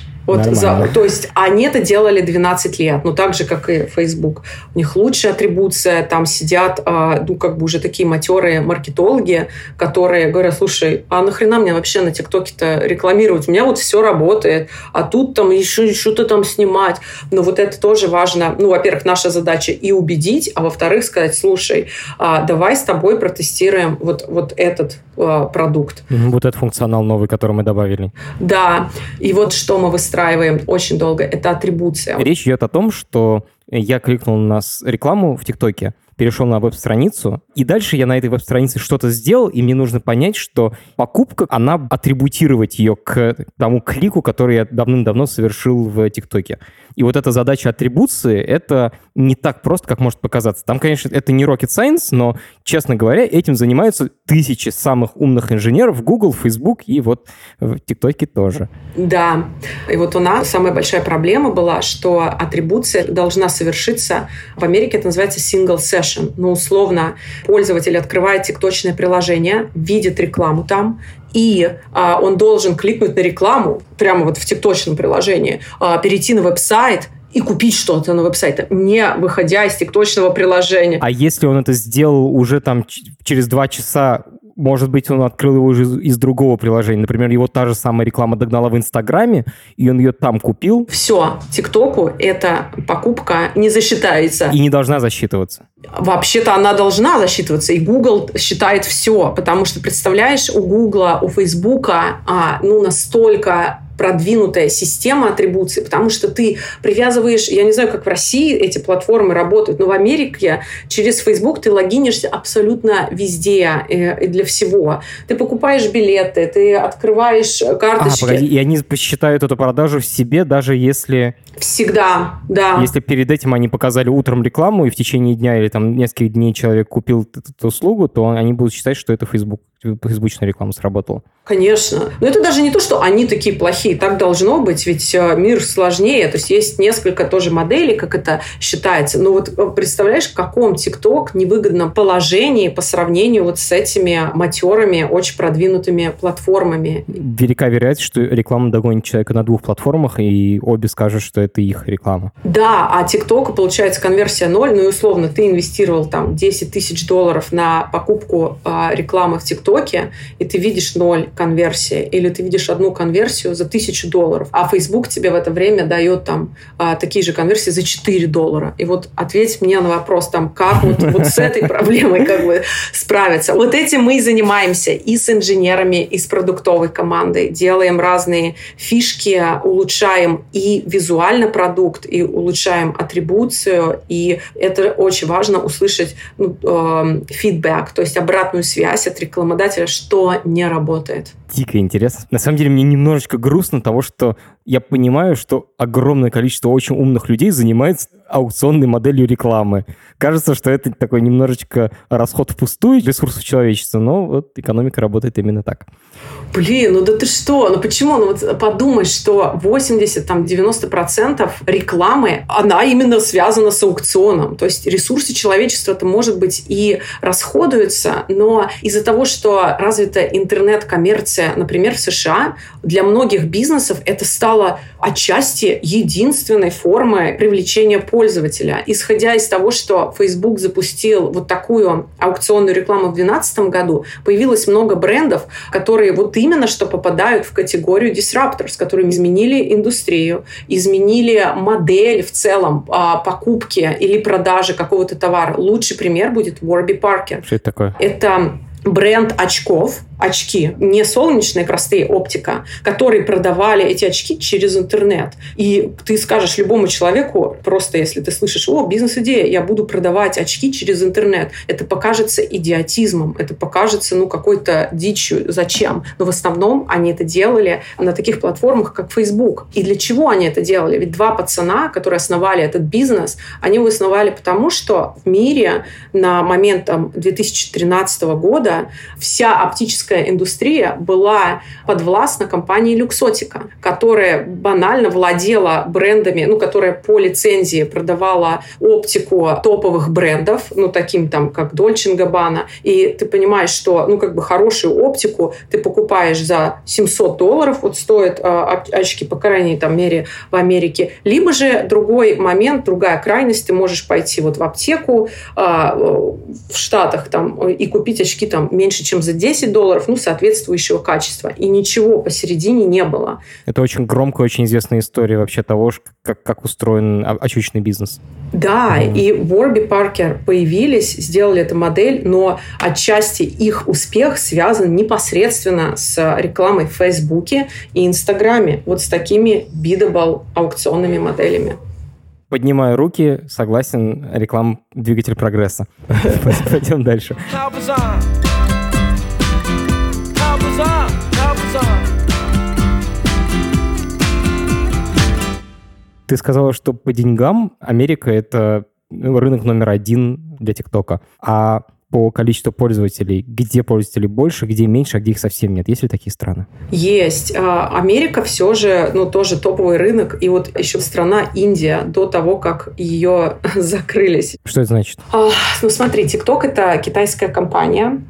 То есть они это делали 12 лет, так же, как и Facebook. У них лучшая атрибуция, там сидят, уже такие матерые маркетологи, которые говорят, слушай, а нахрена мне вообще на ТикТоке-то рекламировать? У меня вот все работает, а тут там еще что-то там снимать. Но вот это тоже важно. Во-первых, наша задача и убедить, а во-вторых, сказать, слушай, давай с тобой протестируем вот этот продукт. Вот этот функционал новый, который мы добавили. Да, и вот что мы выстраиваем очень долго, это атрибуция. Речь идет о том, что я кликнул на рекламу в ТикТоке, перешел на веб-страницу, и дальше я на этой веб-странице что-то сделал, и мне нужно понять, что покупка, она атрибутировать ее к тому клику, который я давным-давно совершил в ТикТоке. И вот эта задача атрибуции, это не так просто, как может показаться. Там, конечно, это не rocket science, но, честно говоря, этим занимаются тысячи самых умных инженеров в Google, Facebook и вот в ТикТоке тоже. Да. И вот у нас самая большая проблема была, что атрибуция должна совершиться, в Америке это называется single session. Условно, пользователь открывает тикточное приложение, видит рекламу там, и он должен кликнуть на рекламу прямо вот в тикточном приложении, перейти на веб-сайт и купить что-то на веб-сайте, не выходя из тикточного приложения. А если он это сделал уже там через 2 часа может быть, он открыл его уже из другого приложения. Например, его та же самая реклама догнала в Инстаграме, и он ее там купил. Все, ТикТоку эта покупка не засчитается. И не должна засчитываться. Вообще-то она должна засчитываться, и Google считает все, потому что, представляешь, у Гугла, у Фейсбука настолько продвинутая система атрибуции, потому что ты привязываешь, я не знаю, как в России эти платформы работают, но в Америке через Facebook ты логинишься абсолютно везде и для всего. Ты покупаешь билеты, ты открываешь карточки. Погоди, и они посчитают эту продажу в себе, даже если... Всегда, да. Если перед этим они показали утром рекламу, и в течение дня или там нескольких дней человек купил эту услугу, то они будут считать, что это фейсбучная реклама сработала. Конечно. Но это даже не то, что они такие плохие. Так должно быть, ведь мир сложнее. То есть есть несколько тоже моделей, как это считается. Но вот представляешь, в каком ТикТок невыгодном положении по сравнению вот с этими матерыми, очень продвинутыми платформами. Велика вероятность, что реклама догонит человека на 2 платформах, и обе скажут, что это их реклама. Да, а ТикТоку получается конверсия 0. Ну и условно ты инвестировал там $10 тысяч на покупку рекламы в ТикТоке, и ты видишь 0 конверсии, или ты видишь одну конверсию за $1000, а Facebook тебе в это время дает там такие же конверсии за $4. И вот ответь мне на вопрос, там, как вот с этой проблемой как бы справиться. Вот этим мы и занимаемся и с инженерами, и с продуктовой командой. Делаем разные фишки, улучшаем и визуально продукт, и улучшаем атрибуцию, и это очень важно услышать фидбэк, то есть обратную связь от рекламодателя, что не работает. Дико интересно. На самом деле, мне немножечко грустно того, что я понимаю, что огромное количество очень умных людей занимается аукционной моделью рекламы. Кажется, что это такой немножечко расход впустую ресурсов человечества, но вот экономика работает именно так. Блин, да ты что? Почему? Вот подумай, что 80-90% рекламы, она именно связана с аукционом. То есть ресурсы человечества-то, может быть, и расходуются, но из-за того, что развита интернет-коммерция, например, в США, для многих бизнесов это стало отчасти единственной формой привлечения пользователя. Исходя из того, что Facebook запустил вот такую аукционную рекламу в 2012 году, появилось много брендов, которые вот именно что попадают в категорию disruptors, которые изменили индустрию, изменили модель в целом покупки или продажи какого-то товара. Лучший пример будет Warby Parker. Что это такое? Это бренд очков, очки, не солнечные, простые, оптика, которые продавали эти очки через интернет. И ты скажешь любому человеку, просто если ты слышишь, бизнес-идея, я буду продавать очки через интернет. Это покажется идиотизмом, это покажется, какой-то дичью. Зачем? Но в основном они это делали на таких платформах, как Facebook. И для чего они это делали? Ведь 2 пацана, которые основали этот бизнес, они его основали потому, что в мире на момент 2013 года вся оптическая индустрия была подвластна компании Luxottica, которая банально владела брендами, которая по лицензии продавала оптику топовых брендов, таким как Dolce & Gabbana. И ты понимаешь, что хорошую оптику ты покупаешь за $700, вот стоят очки, по крайней мере, в Америке. Либо же другой момент, другая крайность, ты можешь пойти вот в аптеку в Штатах и купить очки меньше, чем за $10, соответствующего качества. И ничего посередине не было. Это очень громкая, очень известная история вообще того, как устроен очечный бизнес. Да, и Warby Parker появились, сделали эту модель, но отчасти их успех связан непосредственно с рекламой в Фейсбуке и Инстаграме. Вот с такими biddable аукционными моделями. Поднимаю руки, согласен, реклама – двигатель прогресса. Пойдем дальше. Ты сказала, что по деньгам Америка – это рынок номер 1 для ТикТока. А по количеству пользователей, где пользователей больше, где меньше, а где их совсем нет? Есть ли такие страны? Есть. Америка все же, тоже топовый рынок. И вот еще страна Индия до того, как ее закрылись. Что это значит? Смотри, TikTok – это китайская компания.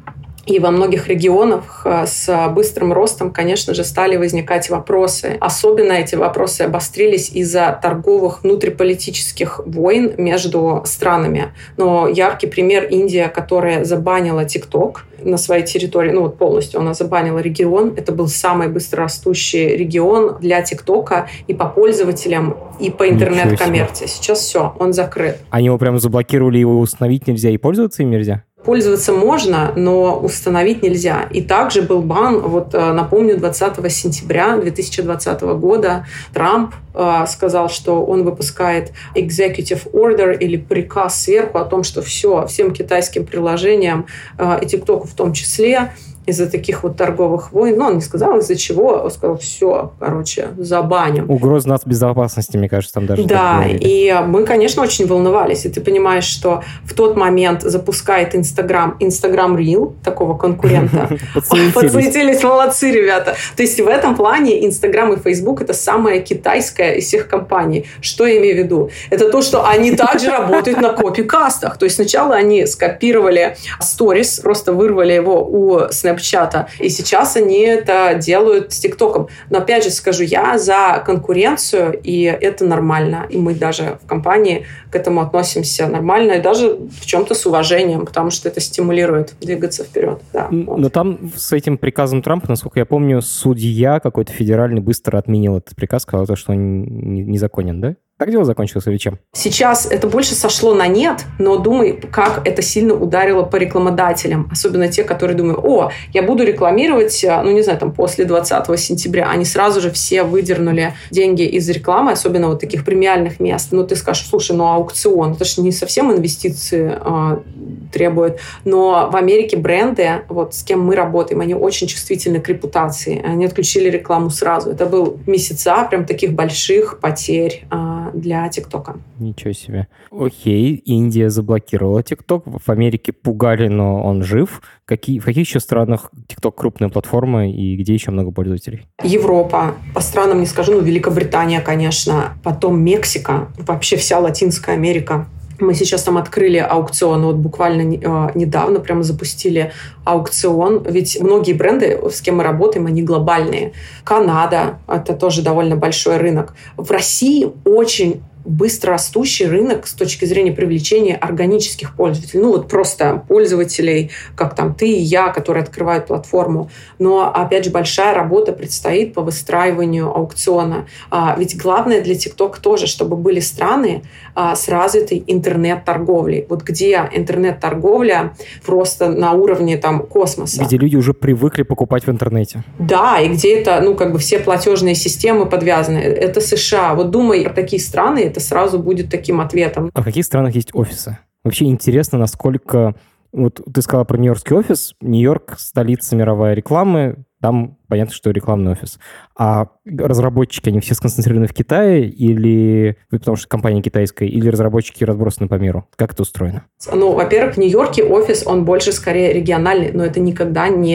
И во многих регионах с быстрым ростом, конечно же, стали возникать вопросы. Особенно эти вопросы обострились из-за торговых внутриполитических войн между странами. Но яркий пример — Индия, которая забанила TikTok на своей территории, ну вот полностью она забанила регион. Это был самый быстрорастущий регион для ТикТока и по пользователям, и по интернет-коммерции. Сейчас все, он закрыт. Они его прямо заблокировали, его установить нельзя и пользоваться им нельзя? Пользоваться можно, но установить нельзя. И также был бан, вот напомню, 20 сентября 2020 года Трамп сказал, что он выпускает executive order или приказ сверху о том, что всем китайским приложениям и ТикТоку в том числе, из-за таких вот торговых войн. Но он не сказал, из-за чего. Он сказал, все, забаним. Угроза нацбезопасности, мне кажется, там даже. Да, и мы, конечно, очень волновались. И ты понимаешь, что в тот момент запускает Instagram Reel, такого конкурента. Подсуетились, молодцы, ребята. То есть в этом плане Instagram и Facebook — это самая китайская из всех компаний. Что я имею в виду? Это то, что они также работают на копикастах. То есть сначала они скопировали Stories, просто вырвали его у Snapchat, и сейчас они это делают с ТикТоком. Но опять же скажу, я за конкуренцию, и это нормально. И мы даже в компании к этому относимся нормально, и даже в чем-то с уважением, потому что это стимулирует двигаться вперед. Да, вот. Но там с этим приказом Трампа, насколько я помню, судья какой-то федеральный быстро отменил этот приказ, сказал, что он незаконен, да? Так дело закончилось или чем? Сейчас это больше сошло на нет, но думай, как это сильно ударило по рекламодателям. Особенно те, которые думают, я буду рекламировать, после 20 сентября. Они сразу же все выдернули деньги из рекламы, особенно вот таких премиальных мест. Ты скажешь, слушай, аукцион, это же не совсем инвестиции требует. Но в Америке бренды, вот с кем мы работаем, они очень чувствительны к репутации. Они отключили рекламу сразу. Это был месяца прям таких больших потерь для ТикТока. Ничего себе. Окей, Индия заблокировала ТикТок. В Америке пугали, но он жив. В каких еще странах ТикТок крупная платформа и где еще много пользователей? Европа. По странам не скажу, Великобритания, конечно. Потом Мексика. Вообще вся Латинская Америка. Мы сейчас там открыли аукцион, вот буквально недавно прямо запустили аукцион, ведь многие бренды, с кем мы работаем, они глобальные. Канада – это тоже довольно большой рынок. В России очень быстрорастущий рынок с точки зрения привлечения органических пользователей. Просто пользователей, как там ты и я, которые открывают платформу. Но, опять же, большая работа предстоит по выстраиванию аукциона. Ведь главное для TikTok тоже, чтобы были страны с развитой интернет-торговлей. Вот где интернет-торговля просто на уровне космоса. Где люди уже привыкли покупать в интернете. Да, и где это, все платежные системы подвязаны. Это США. Вот думай про такие страны, это сразу будет таким ответом. А в каких странах есть офисы? Вообще интересно, насколько... Вот ты сказала про нью-йоркский офис. Нью-Йорк — столица мировой рекламы. Там понятно, что рекламный офис. А разработчики, они все сконцентрированы в Китае или... Потому что компания китайская, или разработчики разбросаны по миру? Как это устроено? Во-первых, в Нью-Йорке офис, он больше скорее региональный, но это никогда не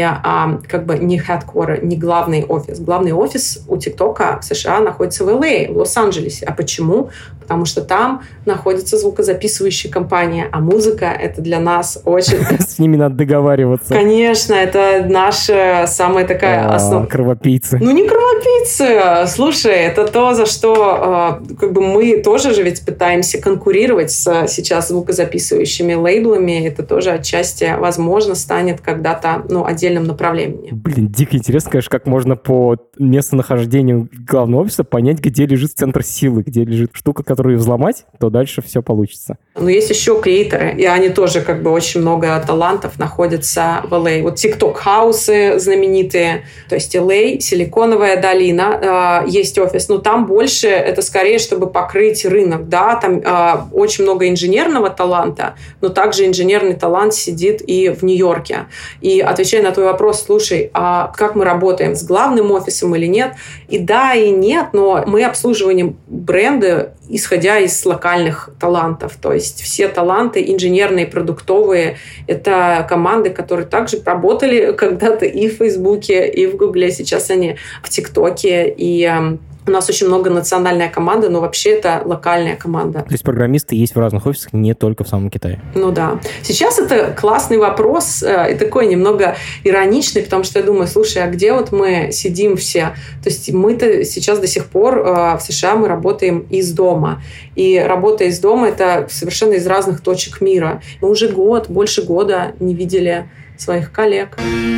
headquarter, не главный офис. Главный офис у ТикТока в США находится в LA, в Лос-Анджелесе. А почему? Потому что там находится звукозаписывающая компания, а музыка — это для нас очень... С ними надо договариваться. Конечно, это наша самая такая основа. Кровопийцы. Не кровопийцы. Слушай, это то, за что мы тоже же ведь пытаемся конкурировать с сейчас звукозаписывающими лейблами. Это тоже отчасти, возможно, станет когда-то отдельным направлением. Дико интересно, конечно, как можно по местонахождению главного офиса понять, где лежит центр силы, где лежит штука, которую взломать, то дальше все получится. Но есть еще креаторы, и они тоже очень много талантов находятся в LA. Вот TikTok-хаусы знаменитые, то есть LA, Силиконовая долина, есть офис, но там больше это скорее, чтобы покрыть рынок, да, там очень много инженерного таланта, но также инженерный талант сидит и в Нью-Йорке. И отвечая на твой вопрос, слушай, а как мы работаем, с главным офисом или нет? И да, и нет, но мы обслуживаем бренды, исходя из локальных талантов. То есть все таланты инженерные, продуктовые, это команды, которые также работали когда-то и в Фейсбуке, и в Гугле. Сейчас они в ТикТоке. И У нас очень многонациональная команда, но вообще это локальная команда. То есть программисты есть в разных офисах, не только в самом Китае. Ну да. Сейчас это классный вопрос и такой немного ироничный, потому что я думаю, слушай, а где вот мы сидим все? То есть мы-то сейчас до сих пор в США мы работаем из дома. И работа из дома – это совершенно из разных точек мира. Мы уже больше года не видели своих коллег.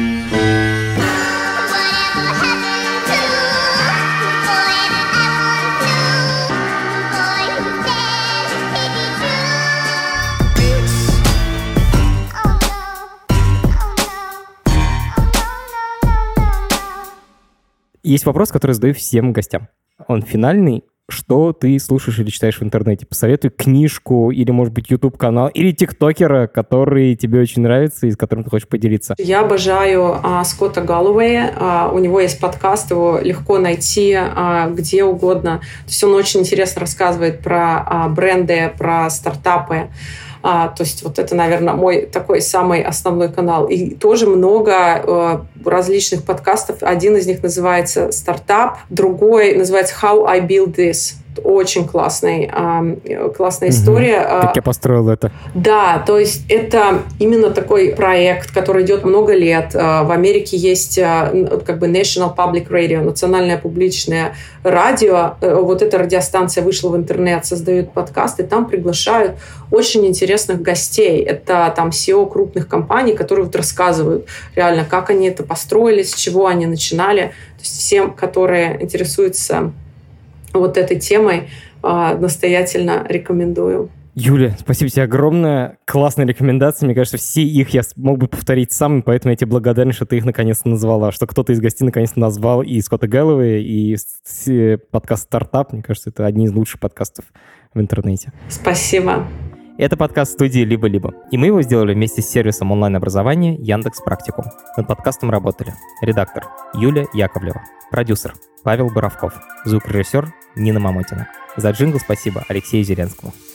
Есть вопрос, который задаю всем гостям. Он финальный. Что ты слушаешь или читаешь в интернете? Посоветуй книжку или, может быть, YouTube-канал или тиктокера, который тебе очень нравится и с которым ты хочешь поделиться. Я обожаю Скотта Галлоуэя. У него есть подкаст, его легко найти где угодно. То есть он очень интересно рассказывает про бренды, про стартапы. То есть вот это, наверное, мой такой самый основной канал. И тоже много различных подкастов. Один из них называется «Стартап», другой называется «How I Build This». Очень классная история. Как я построил это. Да, то есть это именно такой проект, который идет много лет. В Америке есть как бы National Public Radio, национальное публичное радио. Вот эта радиостанция вышла в интернет, создают подкасты, там приглашают очень интересных гостей. Это там CEO крупных компаний, которые вот рассказывают реально, как они это построили, с чего они начинали. То есть всем, которые интересуются вот этой темой, настоятельно рекомендую. Юля, спасибо тебе огромное. Классные рекомендации. Мне кажется, все их я мог бы повторить сам, поэтому я тебе благодарен, что ты их наконец-то назвала, что кто-то из гостей наконец-то назвал и Скотта Галлоуэя, и подкаст «Стартап». Мне кажется, это одни из лучших подкастов в интернете. Спасибо. Это подкаст студии «Либо-либо», и мы его сделали вместе с сервисом онлайн-образования Яндекс.Практикум. Над подкастом работали редактор Юлия Яковлева, продюсер Павел Боровков, звукорежиссер Нина Мамотина. За джингл спасибо Алексею Зеленскому.